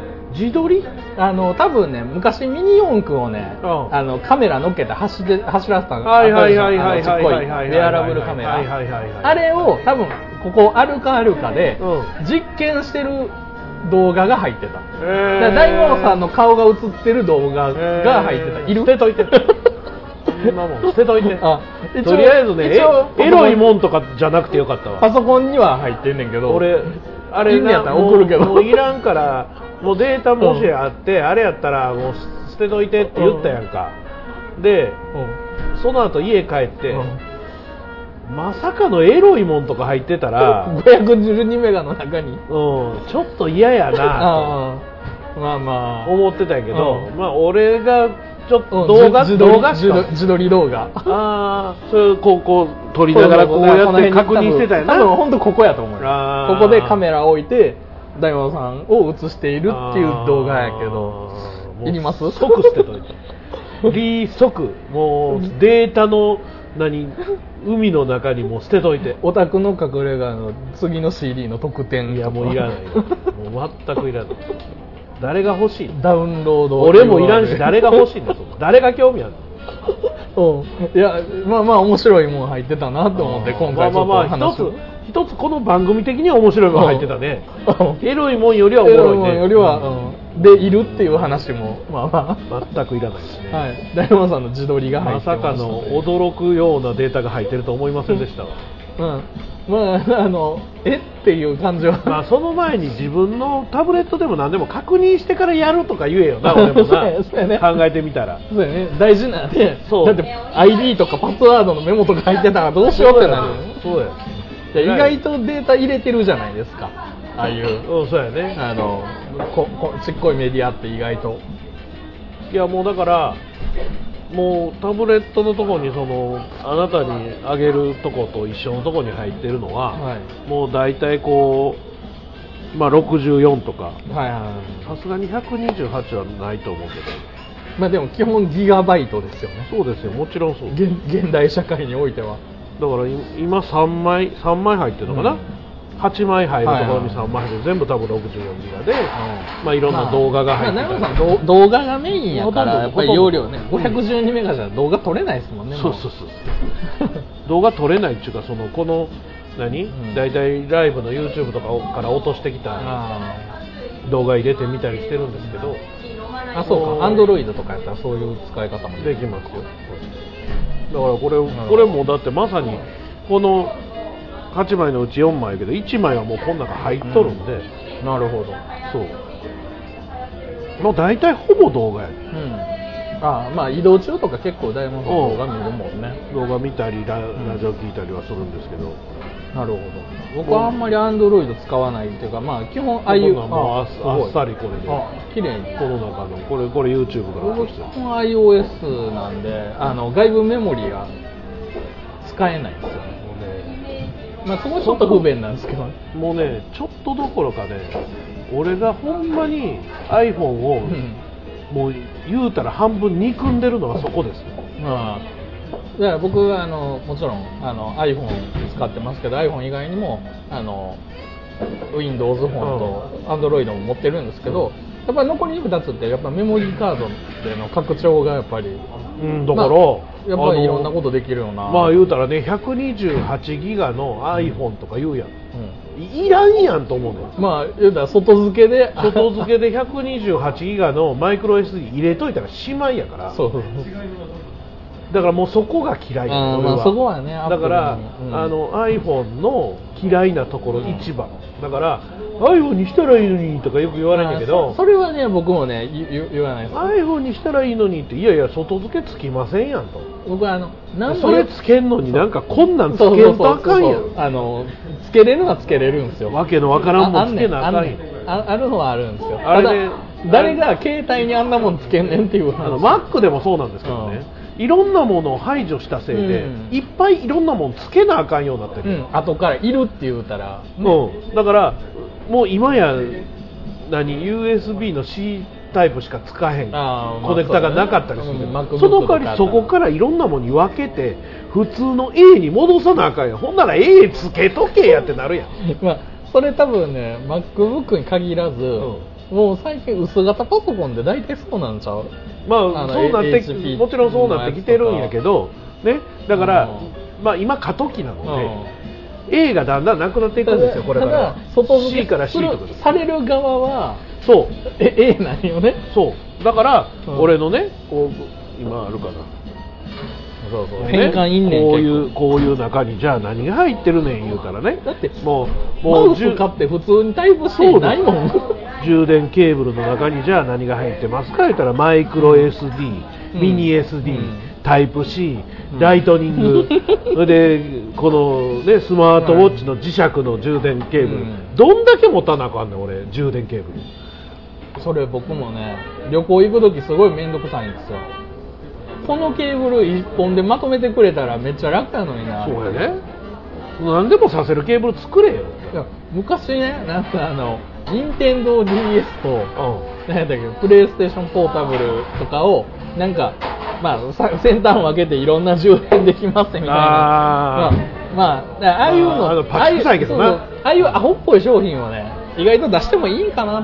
多分ね、昔ミニ四駆をねカメラ乗っけて走らせたのちっこいウェアラブルカメラ、あれを多分ここあるかで実験してる動画が入ってた。大門さんの顔が映ってる動画が入ってた。いる？ 捨てといて。そんなもん捨てといて。とりあえずね、エロいもんとかじゃなくてよかったわ。 パソコンには入ってんねんけど、 俺あれやったら送るけど、 もういらんから、もうデータもしあって、あれやったらもう捨てといてって言ったやんか。で、その後家帰って、まさかのエロいもんとか入ってたら 512メガの中に、 ちょっと嫌やなと思ってたんやけど、俺がちょっと動画自撮り動画、 それこう撮りながらこうやって確認してたやんな。 多分本当ここやと思う。ここでカメラを置いて大門さんを映しているっていう動画やけど、いります？ 即捨てといて即もうデータの海の中にも捨てといて。 オタクの隠れ家の次の CD の特典。 いやもういらないよ。もう全くいらない。誰が欲しい？ ダウンロード。 俺もいらんし、誰が欲しいんだと。誰が興味あるの？いや面白いもん入ってたなと思って今回ちょっと話を。 一つこの番組的には面白いもん入ってたね。エロいもんよりはおもろいね。 よりはでいるっていう話も全くいらないですね。 はい。大門さんの自撮りが入ってました。 まさかの驚くようなデータが入ってると思いませんでしたわ。 っていう感じは。 その前に自分のタブレットでも何でも確認してからやるとか言えよな、俺もな。考えてみたら。 そうやね。大事なんで。だって ID とかパスワードのメモとか入ってたらどうしようってなる。 そうや。 意外とデータ入れてるじゃないですか。ああいう。 そうやね。 ちっこいメディアって意外と。 いやもうだからもうタブレットのところにあなたにあげるとこと一緒のところに入ってるのは、もう大体64とか、さすがに128はないと思うけど、 まあでも基本ギガバイトですよね。 そうですよ、もちろんそう。 現代社会においては。 だから今3枚入ってるのかな、8枚入るところに3枚入る、全部多分64ギガで、まあいろんな動画が入ってたり、 まあ、さん動画がメインやからやっぱり容量ね、512メガじゃ動画撮れないですもんね。 そう動画撮れないっていうか、このだいたいライブの YouTube とかから落としてきた動画入れてみたりしてるんですけど、 あ、そうか、Android とかやったらそういう使い方もできますよ。だからこれもだってまさにこの8枚のうち4枚やけど1枚はもうこの中入っとるんで、 なるほど。 そうもう大体ほぼ動画やね、 まあ移動中とか結構大門さん動画見るもんね。 動画見たりラジオ聞いたりはするんですけど、 なるほど。僕はあんまり Android 使わないっていうか、まあ基本ああいうあっさりこれで綺麗にこの中のこれ YouTube から僕基本 iOS なんで外部メモリが使えないんですよね。まあそこちょっと不便なんですけど、 もうねちょっとどころかね、俺がほんまに iPhone をもう言うたら半分憎んでるのはそこですよ。 だから僕はもちろんiPhone 使ってますけど、 iPhone 以外にもWindows フォンと Android も持ってるんですけど、やっぱり残り2つってやっぱメモリーカードでの拡張がやっぱり、 だから、 やっぱりいろんなことできるような、 まあ言うたらね128ギガの iPhone とか言うやん、いらんやんと思うねん。 まあ言うたら外付けで 128ギガのマイクロ SD 入れといたらしまいやから。 そうだからもうそこが嫌いや、俺は。 そこはね、 だから、iPhone の嫌いなところ一番、だから iPhone にしたらいいのにとかよく言われるんだけど、 それはね僕もね言わないです。 iPhone にしたらいいのにって、いやいや外付けつきませんやんと。 僕はそれつけんのになんかこんなんつけんとあかんやん。 つけれるのはつけれるんですよ。 わけのわからんもんつけなあかんやん。 あるのはあるんですよ。 あれで誰が携帯にあんなもんつけんねんっていう話。 Mac でもそうなんですけどね、いろんなものを排除したせいで、いっぱいいろんなものつけなあかんようになってる、 後からいるって言うたら、 だからもう今やUSB の C タイプしか使えへんコネクタがなかったりする、その代わりそこからいろんなものに分けて普通の A に戻さなあかんやん。ほんなら A つけとけやってなるやん。 まあそれ多分ね MacBook に限らず、もう最近薄型パソコンで大体そうなんちゃう。 まあそうなってもちろんそうなってきてるんやけどね。だから、まあ今過渡期なので、A がだんだんなくなっていくんですよ。これから外付け C から C とかされる側はそう A なんよね。 そうだから、俺のねこう今あるかな、 変換因縁こういう中にじゃあ何が入ってるねん言うたらね、 だってもうマウス買って普通にタイプ C ないもん。 充電ケーブルの中にじゃあ何が入ってますか言ったらマイクロ SD、ミニ SD、タイプ C、ライトニング、それでこのねスマートウォッチの磁石の充電ケーブル、どんだけ持たなあかんねん俺充電ケーブル。 それ僕もね旅行行く時すごい面倒くさいんですよ。このケーブル1本でまとめてくれたらめっちゃ楽なのにな。 そうやね。何でもさせるケーブル作れよ。 いや昔ねなんか任天堂 DS と、何だっけプレイステーションポータブルとかをなんかまあ先端を分けていろんな充電できますみたいな。ああいうのパチ臭いけどな。 ああいうアホっぽい商品をね意外と出してもいいんかなって。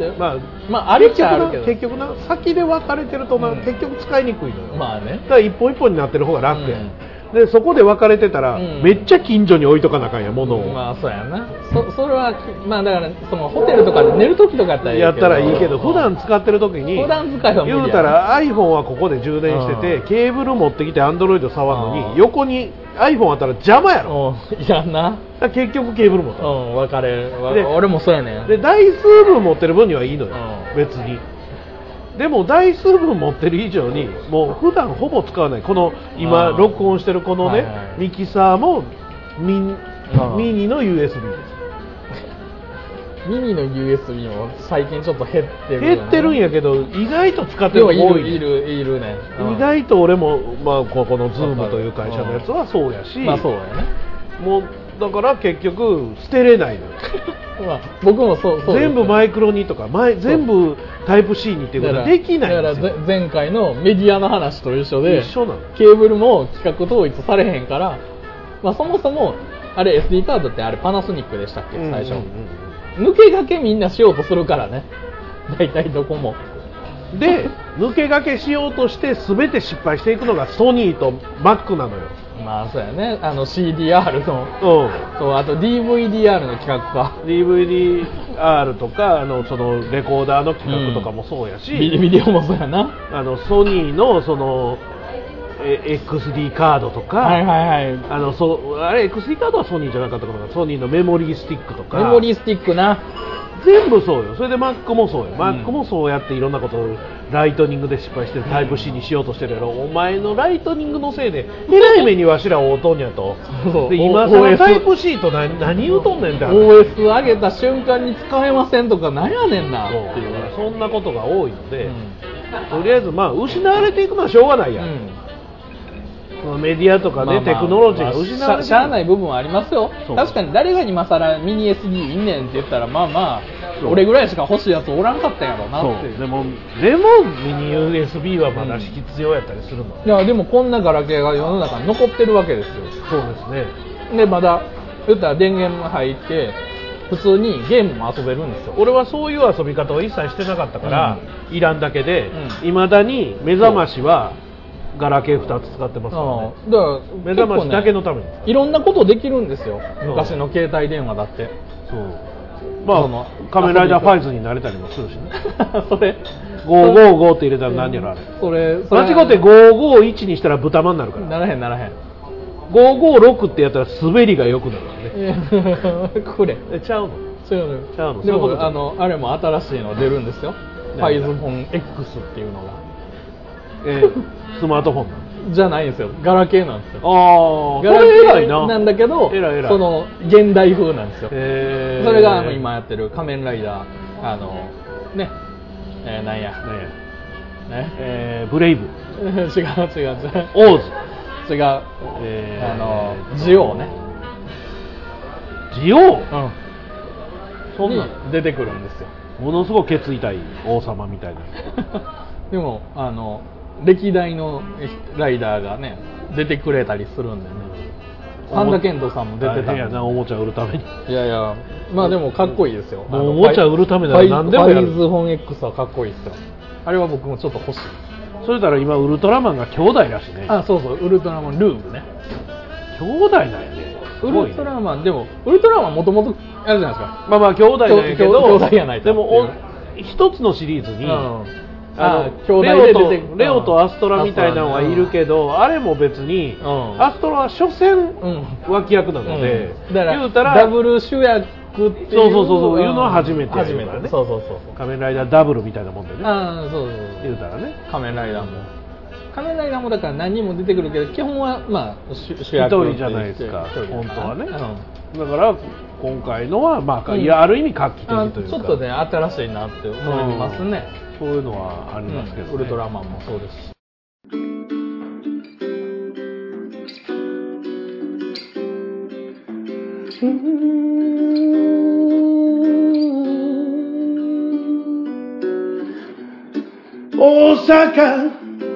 まああれっちゃあるけど結局な先で分かれてるとな、結局使いにくいのよ。 まあね。 だから一本一本になってる方が楽や。でそこで分かれてたら、めっちゃ近所に置いとかなあかんや物を。 まあそうやな。それはまあだからそのホテルとかで寝る時とかやったらいいけど、普段使ってる時に普段使いは無理や。 言うたら iPhone はここで充電してて、ケーブル持ってきて Android 触るのに横に iPhone あったら邪魔やろ。 いやんな。 結局ケーブル持った。 分かれる。俺もそうやねん。 で台数分持ってる分にはいいのよ、別に。でも台数分持ってる以上にもう普段ほぼ使わないこの今録音してるこのね、ミキサーもミニの USB です。 ミニの USB も最近ちょっと減ってる、 減ってるんやけど意外と使ってる人多い。 いるね、 意外と俺も、まあ、この Zoom という会社のやつはそうやし、 まあそうやね。 もうだから結局捨てれないのよまあ、僕もそう全部マイクロにとか全部タイプ C にっていうことはできないんですよ。 だから前回のメディアの話と一緒で、 一緒なの。 ケーブルも規格統一されへんから、まあ、そもそもあれ SD カードってあれパナソニックでしたっけ最初、抜け駆けみんなしようとするからね、大体どこもで抜け駆けしようとして全て失敗していくのがソニーと Mac なのよ。 まあそうやね、CDR の、あと DVDR の企画か DVDR とかそのレコーダーの企画とかもそうやし、 ビデオもそうやな、 ソニーのそのXD カードとか、 はいはいはい、 あれ XD カードはソニーじゃなかったかな、ソニーのメモリースティックとか、 メモリースティックな、 全部そうよ。それで Mac もそうよ、Mac もそうやっていろんなことをライトニングで失敗してタイプ C にしようとしてるやろ、お前のライトニングのせいでえらい目にわしらをおうとんやとで今さらタイプ C と何言うとんねんって OS 上げた瞬間に使えませんとかなんやねんなっていう、 そんなことが多いので、とりあえずまあ失われていくのはしょうがないやん、メディアとかね、テクノロジーが失われてしゃあない部分はありますよ。確かに誰が今更ミニ SD いんねんって言ったらまあまあ俺ぐらいしか欲しいやつおらんかったんやろうなっていう。 でもミニ USB はまだ必要やったりするの、 いやでもこんなガラケーが世の中に残ってるわけですよ。 そうですね。 でまだ言ったら電源も入って普通にゲームも遊べるんですよ。 俺はそういう遊び方を一切してなかったから、いらんだけでいまだに目覚ましはガラケー2つ使ってますからね。 だから目覚ましだけのために、 いろんなことできるんですよ、昔の携帯電話だって。 そうまあ仮面ライダーファイズになれたりもするしねそれ 555って入れたら何やろあれ、 それ間違って551にしたら豚まんになるから。 ならへん 556ってやったら滑りが良くなるからねこれちゃうのちゃうの。 でもあれも新しいの出るんですよ、ファイズフォン X っていうのが、 スマートフォンじゃないんですよ、ガラケーなんですよ。 ガラケーなんだけど、その現代風なんですよ。それが今やってる仮面ライダーね、なんやブレイブ違うオーズ違うジオウね、 ジオウ、そんな出てくるんですよ。 ものすごくケツ痛い王様みたいなでも歴代のライダーがね出てくれたりするんでね、神田健人さんも出てたんで、 おもちゃ売るために。 いやいや、まあでもかっこいいですよ。 おもちゃ売るためなら何でもやる。 ファイズフォン X はかっこいいですよ。あれは僕もちょっと欲しい。 それたら今ウルトラマンが兄弟らしいね。 そうそう、ウルトラマンルームね、 兄弟なんやね。 ウルトラマンでもウルトラマンもともとあるじゃないですか。 まあ兄弟なんやけど、 兄弟やないと。 でも一つのシリーズに、レオとアストラみたいなのはいるけど、あれも別に、アストラは所詮脇役なので、 言うたらダブル主役っていうそういうのは初めてやるからね。 そう仮面ライダーダブルみたいなもんでね。 そう言うたらね。 仮面ライダーもだから何人も出てくるけど基本はまあ主役一人じゃないですか本当はね。だから今回のはまあいやある意味画期的というか、 ちょっとね新しいなって思いますね。 そういうのはありますけどね。 ウルトラマンもそうですし。 大阪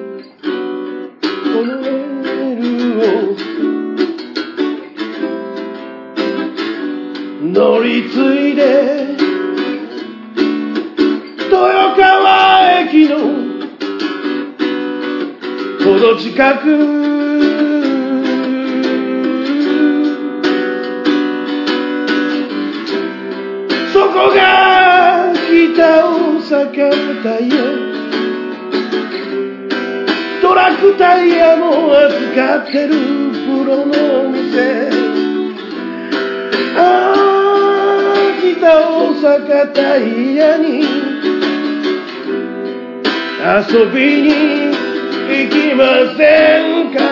モノレールを乗り継いで豊川駅のほど近く、そこが北大阪タイヤ、トラックタイヤも扱ってるプロの店、北大阪タイヤに遊びに行きませんか。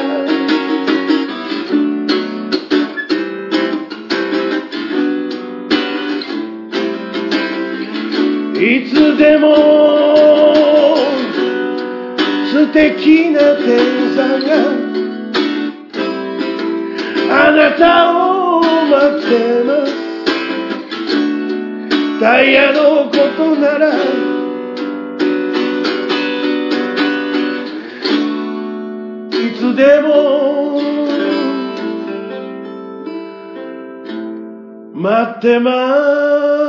いつでも素敵な店さんがあなたを待てますタイヤのことならいつでも待ってます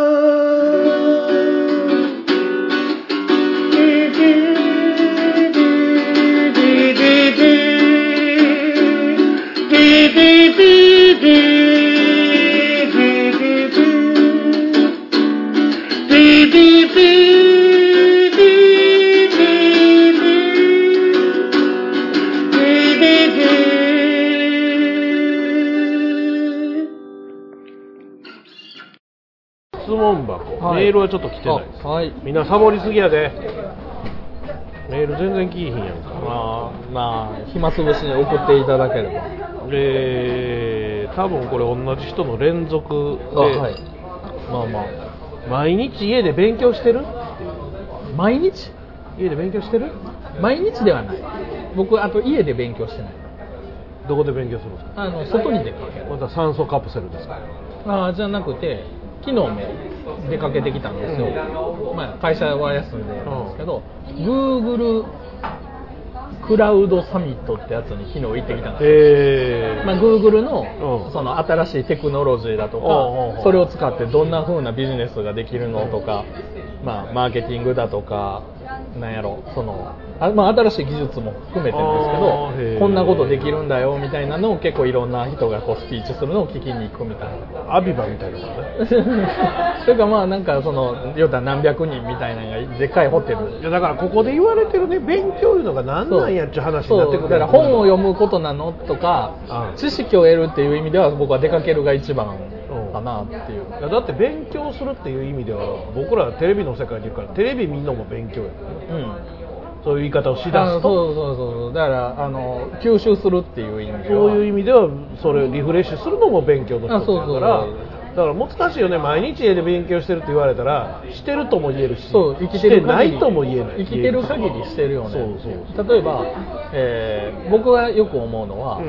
質問箱、 はいメールはちょっと来てないです、 はい。 みんなサボりすぎやでメール全然来いひんやんかまあ暇つぶしに送っていただければ。 多分これ同じ人の連続で、 はい。まあまあ。 毎日家で勉強してる毎日？ 家で勉強してる毎日ではない。僕あと家で勉強してない。 どこで勉強するんですか外に出かける。 また酸素カプセルですかじゃなくて昨日も出かけてきたんですよ、まあ、会社は休んでなんですけど、Google クラウドサミットってやつに昨日行ってきたんですよ、まあ、Google の、その新しいテクノロジーだとか、それを使ってどんな風なビジネスができるのとか、まあ、マーケティングだとかなんやろそのまあ、新しい技術も含めてなんですけどこんなことできるんだよみたいなのを結構いろんな人がこうスピーチするのを聞きに行くみたいなアビバみたいなのねそれかまあなんかその要は何百人みたいなのがでっかいホテルいやだからここで言われてるね勉強いうのが何なんやっちゅう話になってくるだから本を読むことなのとか知識を得るっていう意味では僕は出かけるが一番かなっていういやだって勉強するっていう意味では僕らテレビの世界にいるからテレビ見んのも勉強やからね、そういう言い方をしだすとそうだから吸収するっていう意味ではそういう意味ではそれリフレッシュするのも勉強の一つだからだから難しいよね毎日家で勉強してるって言われたらしてるとも言えるし生きてるないとも言えない生きてる限りしてるよねそう例えば、僕がよく思うのは、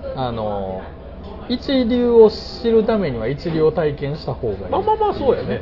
一流を知るためには一流を体験した方がいいまあそうやね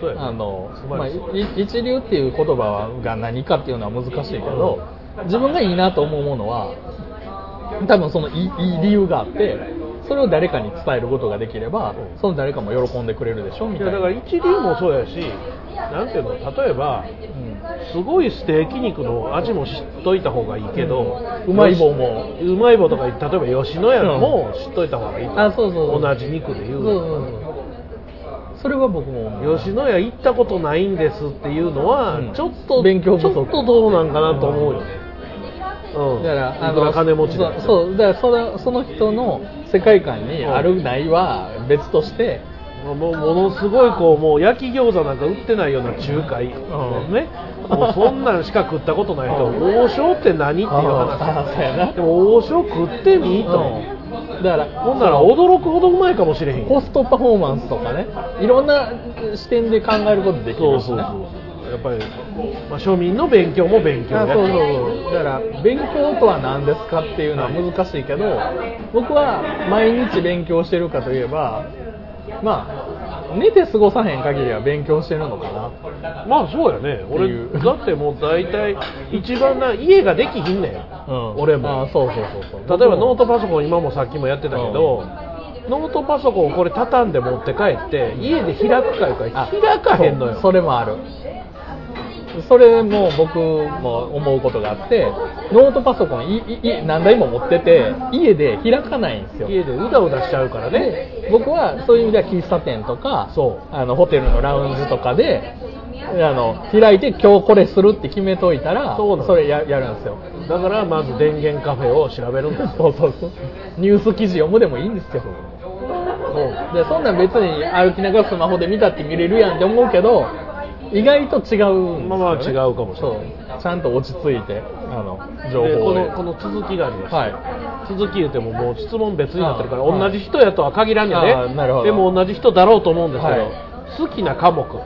一流っていう言葉が何かっていうのは難しいけど自分がいいなと思うものは多分そのいい理由があってそれを誰かに伝えることができればその誰かも喜んでくれるでしょみたいな。 だから一流もそうやしなんていうの例えば、すごいステーキ肉の味も知っといた方がいいけど、 うまい棒とか例えば吉野家も知っといた方がいいと、同じ肉で言うそれは僕も思う吉野家行ったことないんですっていうのは、ちょっと勉強不足ちょっとどうなんかなと思うよ、 だからいくら金持ちだそうだからその人の世界観にあるないは別としてものすごいこうもう焼き餃子なんか売ってないような中華ね、もうそんなんしか食ったことない人王将って何っていう話でも王将食ってみと、 だからほんなら驚くほどうまいかもしれへんコストパフォーマンスとかねいろんな視点で考えることできるしねやっぱり、庶民の勉強も勉強やだから勉強とは何ですかっていうのは難しいけど僕は毎日勉強してるかといえばまあ寝て過ごさへん限りは勉強してるのかなまあそうやね俺だってもう大体一番家ができひんねん、俺もそう例えばノートパソコン今もさっきもやってたけど、ノートパソコンをこれ畳んで持って帰って家で開くかいうか開かへんのよ。 それもある。それも僕も思うことがあってノートパソコン何台も持ってて家で開かないんですよ。 家でうだうだしちゃうからね。 僕はそういう意味では喫茶店とかホテルのラウンジとかで開いて今日これするって決めといたらそれやるんですよ。 だからまず電源カフェを調べるんですよ。 そうニュース記事読むでもいいんですよ。でそんなん別に歩きながらスマホで見たって見れるやんって思うけど意外と違うんですよね。 まあ違うかもしれない。 ちゃんと落ち着いて情報でこの続きがあります、続き言うてももう質問別になってるから同じ人やとは限らんやね。でも同じ人だろうと思うんですけど、好きな科目っていう。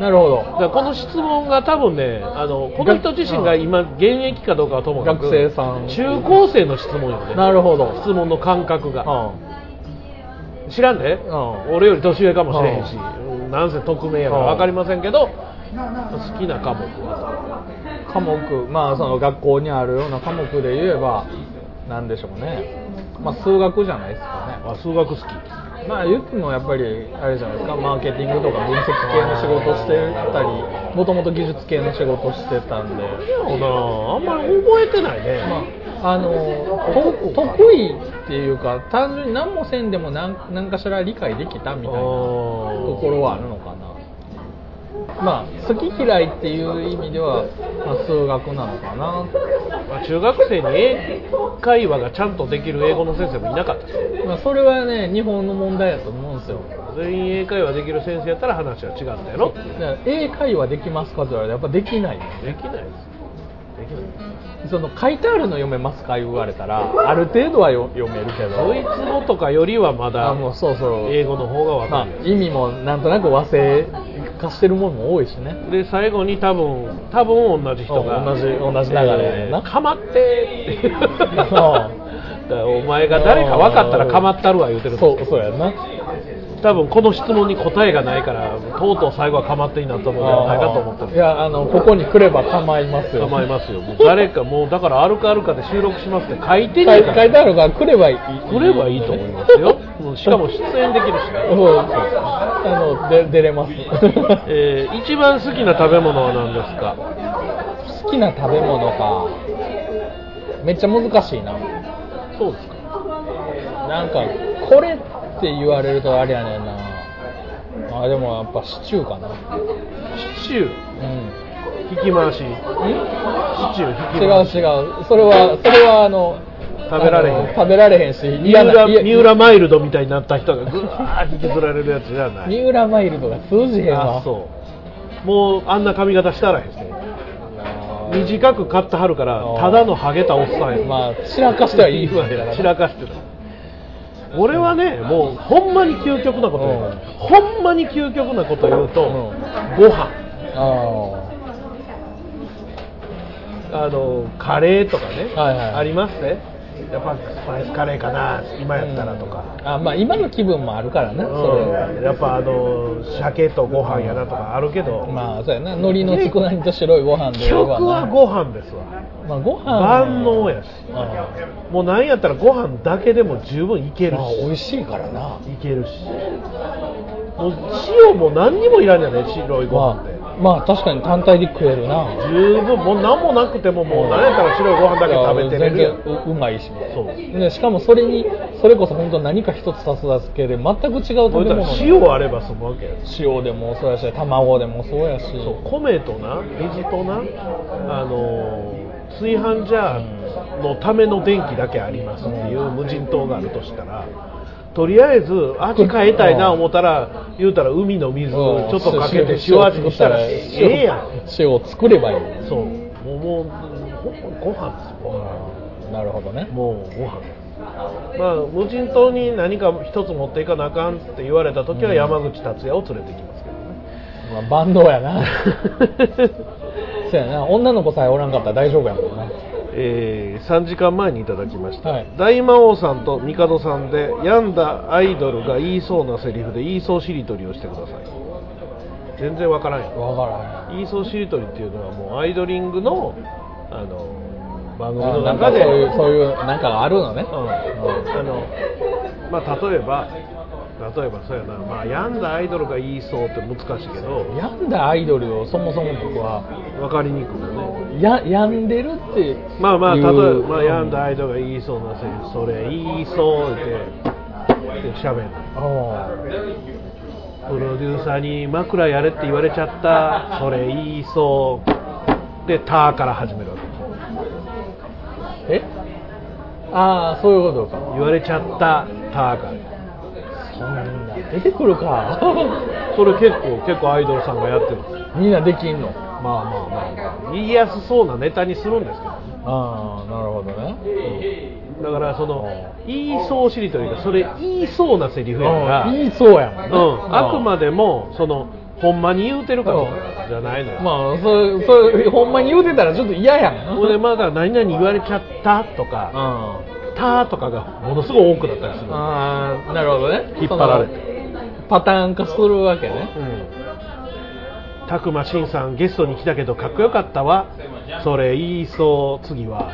なるほど。 だからこの質問が多分ねこの人自身が今現役かどうかはともかく学生さん中高生の質問よね。 なるほど。 質問の感覚が、 知らんで、俺より年上かもしれへんし、なんせ匿名やから分かりませんけど、好きな科目は科目、まあその学校にあるような科目で言えばなんでしょうね。まあ数学じゃないですかね。 あ、数学好き。 まあ言ってもやっぱりあれじゃないですか、マーケティングとか分析系の仕事してたり、もともと技術系の仕事してたんで。 あんまり覚えてないね。 まあ、得意っていうか、単純に何もせんでも何かしら理解できたみたいなところはあるのかな。まあ好き嫌いっていう意味では、まあ、数学なのかな。 まあ、中学生に英会話がちゃんとできる英語の先生もいなかったです。 まあ、それはね、日本の問題だと思うんですよ。 全員英会話できる先生やったら話は違ったやろ。 だから英会話できますかって言われたらやっぱできないよね。 できないです。できない。 その書いてあるの読めますか言われたらある程度は読めるけど、 ドイツ語とかよりはまだもうそう英語の方が分かる、 まあ、意味もなんとなく和製化してるものも多いしね。 で最後に多分同じ人が同じ流れやな、 かまってっていうだからお前が誰か分かったらかまったるわ言うてる。 そうやな。 多分この質問に答えがないからとうとう最後はかまっていいなと思うんじゃないかと思ってる。 いやここに来れば構いますよ。 構いますよ。もう誰かもうだからあるかで収録しますって書いて書いてあるから来ればいいと思いますよ。しかも出演できるしね。 出れます。 一番好きな食べ物は何ですか？ 好きな食べ物か。めっちゃ難しいな。 そうですか。 なんかこれって言われるとあれやねんな。でもやっぱシチューかな。 シチュー。引き回し。シチュー引き回し。 違う。それは食べられへん。 食べられへんし、 三浦マイルドみたいになった人がぐわー引きずられるやつじゃない。 三浦マイルドが通じへんわ。 あ、そう。もうあんな髪型したらへんし。短く買ってはるからただのハゲたおっさんや。 まあ散らかしてはいいわよ。 散らかしてた。俺はね、もうほんまに究極なこと言う、ほんまに究極なこと言うと、ご飯、カレーとかね、ありますね。やっぱスパイスカレーかな今やったらとか、 まあ今の気分もあるからね、 やっぱ鮭とご飯やなとかあるけど、 まあそうやな、海苔の佃煮と白いご飯で結局はご飯ですわ。 まあ、ご飯万能やし、もうなんやったらご飯だけでも十分いけるし、 美味しいからな、 いけるし、もう塩も何にもいらんじゃね、白いご飯って。 まあ確かに単体で食えるな。 十分もう何もなくてももう何やったら白いご飯だけ食べてれるやん。 全然うまいし、 そうでしかもそれこそ本当何か一つ足すだけで全く違う食べ物。 塩あれば済むわけや。 塩でもそうやし、卵でもそうやし、 そう米とな水とな炊飯ジャーのための電気だけありますっていう無人島があるとしたら、とりあえず味変えたいな思ったら言うたら海の水をちょっとかけて塩味にしたらええやん。 塩を作ればいい。 そう、もうご飯ですよ。 なるほどね。 もうご飯。まあ無人島に何か一つ持っていかなあかんって言われた時は山口達也を連れてきますけどね。 まあ万能やな。そうやな、女の子さえおらんかったら大丈夫やもんな。 3時間前にいただきました、大魔王さんと帝さんで病んだアイドルが言いそうなセリフで言いそうしりとりをしてください。全然わからんよ。 わからん。 言いそうしりとりっていうのはもうアイドリングの番組の中でそういうなんかがあるのね。 まあ例えばそうやな、まあ病んだアイドルが言いそうって難しいけど、 病んだアイドルをそもそも僕は分かりにくいよね。 病んでるっていう、 まあ例えば、病んだアイドルが言いそうなセリフ、それ言いそうって喋る。プロデューサーに枕やれって言われちゃった、それ言いそうでターから始めるわけ。 そういうことか。 言われちゃったターから。 そんな出てくるか。 それ結構アイドルさんがやってるんです。 みんなできんの。 まあ言いやすそうなネタにするんですけどね。 なるほどね。 だから言いそうしりというか、それ言いそうなセリフやから、 言いそうやもんね。 あくまでもほんまに言うてるからじゃないのよ。 まあそうほんまに言うてたらちょっと嫌やん。 ほんでまだ何々言われちゃったとか、 ターとかがものすごい多くなったりする。 ああ、なるほどね。 引っ張られてパターン化するわけね。 たくましんさんゲストに来たけどかっこよかったわ、それ言いそう次は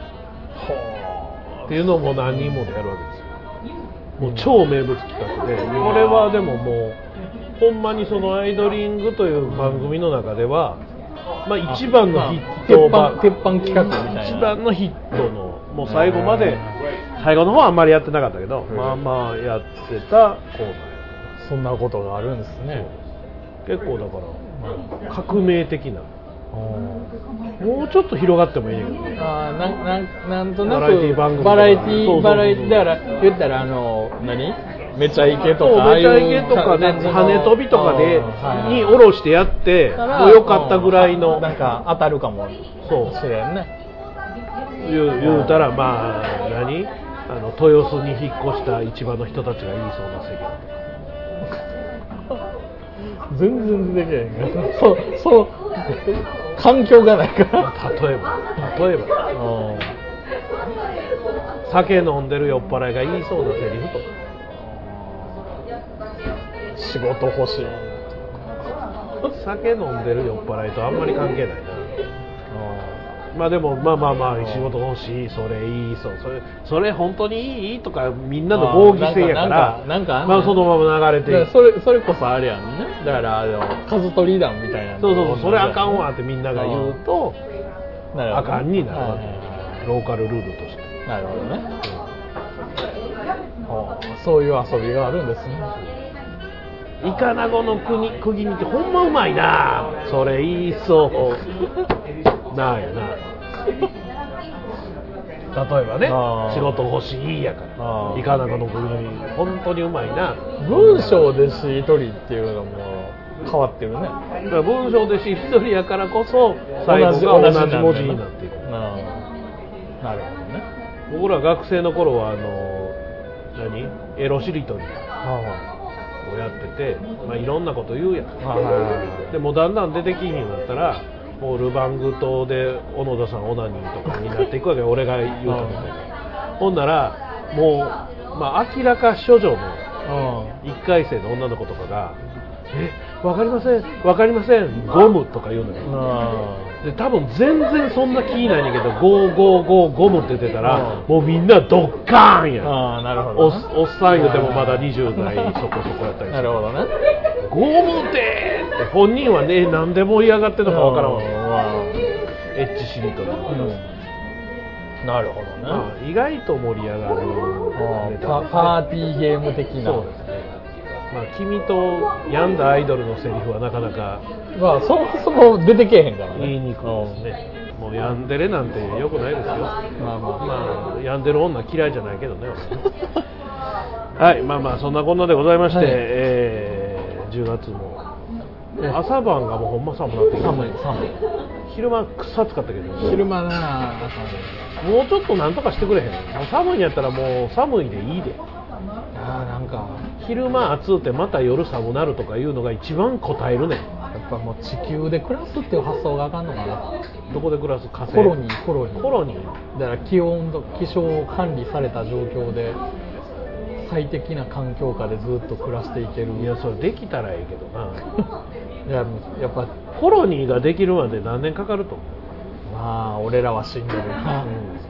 っていうのをもう何人もでやるわけですよ。もう超名物企画で、これはでももうほんまにそのアイドリングという番組の中では、まあ、一番のヒット鉄板企画みたいな、 一番のヒットのもう最後まで、最後の方はあんまりやってなかったけど、まあまあやってたコーナー。 そんなことがあるんですね。 結構だから革命的な、もうちょっと広がってもいいけどね。 なんとなくバラエティ番組バラエティだから言ったら何めちゃイケとかめちゃイケとかね、跳ね飛びとかでに下ろしてやってもうよかったぐらいの、 なんか当たるかもしれんね。 言うたらまあ何豊洲に引っ越した市場の人たちが言いそうな世界。 全然出てけへんけど、そう環境がないから例えば酒飲んでる酔っ払いが言いそうなセリフとか、 仕事欲しい酒飲んでる酔っ払いとあんまり関係ないな。まあでもまあ仕事欲しい、それいいそう、それ本当にいいとかみんなの合議制やからまあそのまま流れていく。 それこそあれやんね。だから数取り団みたいな。 そうそれあかんわってみんなが言うとあかんになるわけ。ローカルルールとして。 なるほどね。そういう遊びがあるんですね。 イカナゴの釘煮ってほんまうまいな、それいいそうなあやな。例えばね、仕事欲しいやからイカナゴの釘煮本当にうまいな。 文章でしりとりっていうのも変わってるね。だから文章でしりとりやからこそ最後が同じ文字になっていく。 なるほどね。 僕ら学生の頃はエロしりとりをやってて、まあ、いろんなこと言うやん。でもだんだん出てきひんようになったらもうルバング島で小野田さんオナニーとかになっていくわけよ俺が言うたみたいな。ほんならもう、まあ、明らか処女の1回生の女の子とかがわかりませんゴムとか言うのよ。で多分全然そんな気ないねんけどゴムって出たらもうみんなドッカーンやん。 なるほど、 おっさん言うてもまだ20代そこそこやったりする。 なるほどね。 ゴムって本人はね何でも嫌がってるのかわからんわけ。エッチしりとり、 なるほどね。 まあ、意外と盛り上がるネタ、 パーティーゲーム的な。 そうですね。まあ、君と病んだアイドルのセリフはなかなか、 まあ、そもそも出てけへんからね。 言いにくいですね。もうヤンデレなんてよくないですよ。まあヤンデレ女嫌いじゃないけどね。はい、まあそんなこんなでございまして、10月も朝晩がもうほんま寒くなってきて、 寒い。 昼間くっさ暑かったけど、 昼間なもうちょっとなんとかしてくれへん。もう寒いんやったらもう寒いでいいで。 なんか昼間暑うてまた夜寒なるとかいうのが一番答えるねん。 やっぱもう地球で暮らすっていう発想があかんのかな。 どこで暮らす？火星？ コロニー。だから気象管理された状況で最適な環境下でずっと暮らしていける。 いやそれできたらええけどな。 やっぱコロニーができるまで何年かかると思う？ まあ俺らは死んでるな。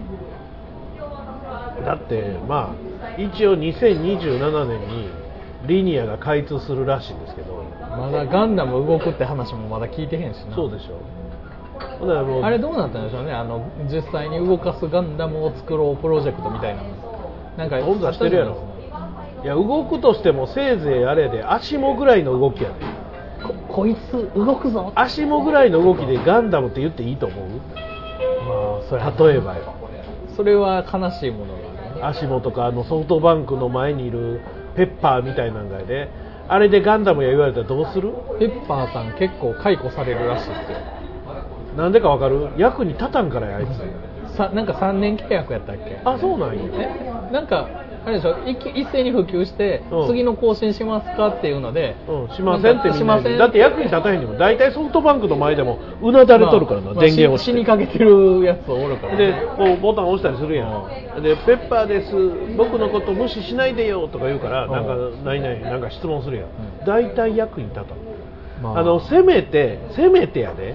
だってまあ一応2027年にリニアが開通するらしいんですけど、 まだガンダム動くって話もまだ聞いてへんしな。 そうでしょ。 あれどうなったんでしょうね。実際に動かすガンダムを作ろうプロジェクトみたいななんか温座してるやろ。いや動くとしてもせいぜいあれで足もぐらいの動きやで。 こいつ動くぞ。 足もぐらいの動きでガンダムって言っていいと思う？ まあそれ例えばよ。 それは悲しいものがある、ね。 足もとかソフトバンクの前にいるペッパーみたいなのがで、あれでガンダムや言われたらどうする？ ペッパーさん結構解雇されるらしいって。 なんでかわかる？役に立たんからやあいつ。 なんか3年契約やったっけ？ あ、そうなんや。 なんかあれでしょ、一斉に普及して、次の更新しますかっていうので、 しませんってみんなだって役に立たへんにも大体ソフトバンクの前でもうなだれとるからな、電源を死にかけてるやつおるから、 でこうボタン押したりするやん、でペッパーです僕のこと無視しないでよとか言うから、なんか何々なんか質問するやん、大体役に立たん、せめてやで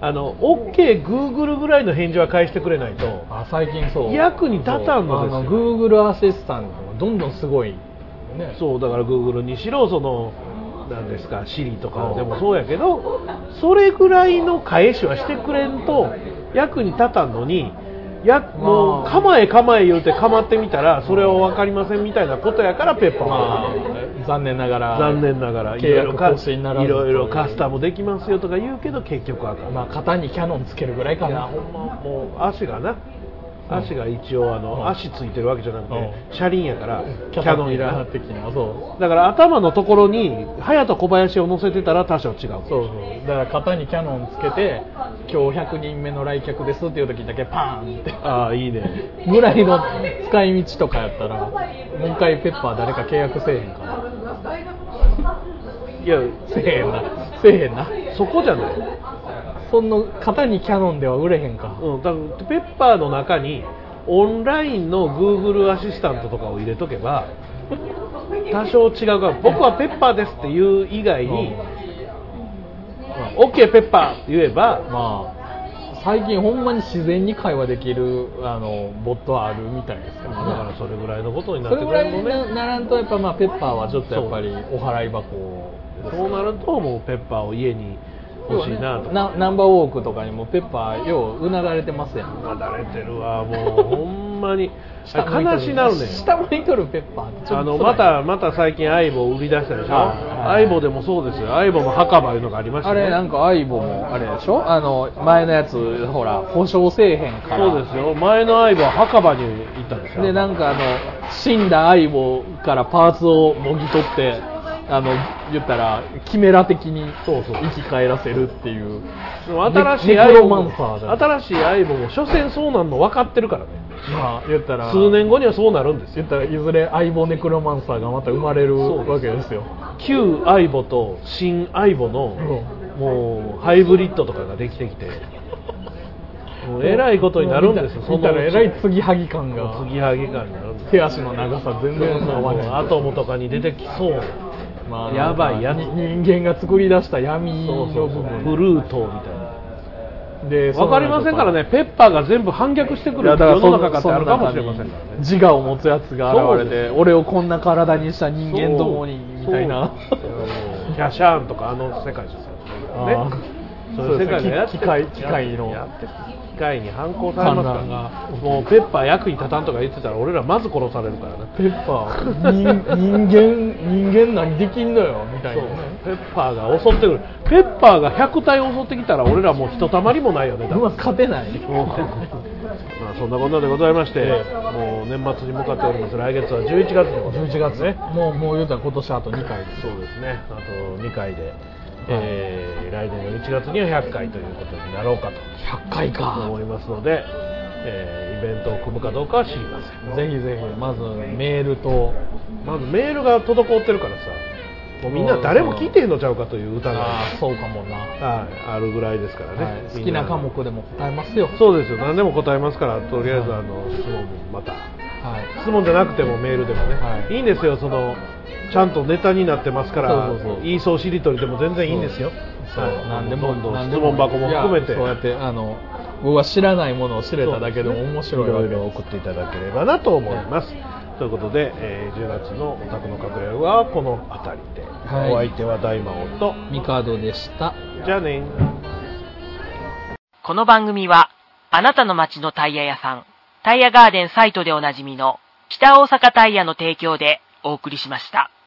OK Google ぐらいの返事は返してくれないと最近そう役に立たんのですよ。 Google アシスタントがどんどんすごい、ね、 そうだから Google にしろそのなんですか Siri とかでもそうやけど、それぐらいの返しはしてくれんと役に立たんのに、もう構え言うて構ってみたらそれは分かりませんみたいなことやからペッパーは、 残念ながらいろいろカスタムできますよとか言うけど結局は型にキャノンつけるぐらいかな。 ほんまもう足が一応足ついてるわけじゃなくて車輪やからキャノンいら的な、そうだから頭のところに隼人小林を乗せてたら多少違う。 そうだから肩にキャノンつけて今日100人目の来客ですっていう時だけパーンっていいねぐらいの使い道とかやったらもう一回ペッパー誰か契約せえへんかな。 いやせえへんなそこじゃない、 その型にキャノンでは売れへんか。 だからペッパーの中にオンラインの Google アシスタントとかを入れとけば多少違うから僕はペッパーですっていう以外に、OK ペッパーって言えば、 最近ほんまに自然に会話できるボットはあるみたいですからね。 だからそれぐらいのことになってくれるるのね。 それぐらいにならんとやっぱペッパーはちょっとやっぱりお払い箱そうなるともうペッパーを家に欲しいなと。 ナンバーウォークとかにもペッパーよううなだれてますやん。 うなだれてるわもうほんまに悲しなるねん。 下向いとるペッパーってちょっとまた最近相棒売り出したでしょ。相棒でもそうですよ。相棒の墓場いうのがありましたね。 あれなんか相棒もあれでしょ、前のやつほら保証せえへんから。 そうですよ。前の相棒は墓場に行ったんですよ。 でなんか死んだ相棒からパーツをもぎ取って言ったらキメラ的に生き返らせるっていう。 新しい相棒も所詮そうなんの分かってるからね。 言ったら数年後にはそうなるんですよ。 言ったらいずれ相棒ネクロマンサーがまた生まれるわけですよ。 旧相棒と新相棒の、もうハイブリッドとかができてきてもうえらいことになるんですよ。 見たらえらい継ぎはぎ感がになるんです。 手足の長さ全然合わない。 アトムとかに出てきそう。やばいやつ。 人間が作り出した闇の部分、 ブルートみたいな。 で分かりませんからね。ペッパーが全部反逆してくる世の中がってあるかもしれませんからね。 自我を持つやつが現れて俺をこんな体にした人間どもにみたいな。 キャシャーンとか世界ですよね。そういう世界のやつ機械の機械に反抗されますからもうペッパー役に立たんとか言ってたら俺らまず殺されるからね。 ペッパー人間何できんのよみたいなね。 ペッパーが襲ってくる。ペッパーが100体襲ってきたら俺らもうひとたまりもないよね。 勝てない。 そんなこんなでございまして、もう年末に向かっております。来月は11月でございます。 11月ね。もう言うたら今年あと2回です。 そうですね。あと2回で、来年の1月には100回ということになろうかと 100回か思いますので、イベントを組むかどうかは知りません。 ぜひぜひまずメールが滞ってるからさ、もうみんな誰も聞いてへんのちゃうかという歌がそうかもな、 あるぐらいですからね、 好きな科目でも答えますよ。 そうですよ。何でも答えますから、とりあえず質問もまた、質問じゃなくてもメールでもね、いいんですよ。ちゃんとネタになってますから、言いそうしりとりでも全然いいんですよ。 何でもどんどん質問箱も含めて、 そうやって僕は知らないものを知れただけでも面白いわけで、 いろいろ送っていただければなと思います。ということで、10月のお宅の隠れ家はこの辺りで、お相手は大魔王とミカドでした。 じゃあね。 この番組はあなたの街のタイヤ屋さん、タイヤガーデンサイトでおなじみの北大阪タイヤの提供でお送りしました。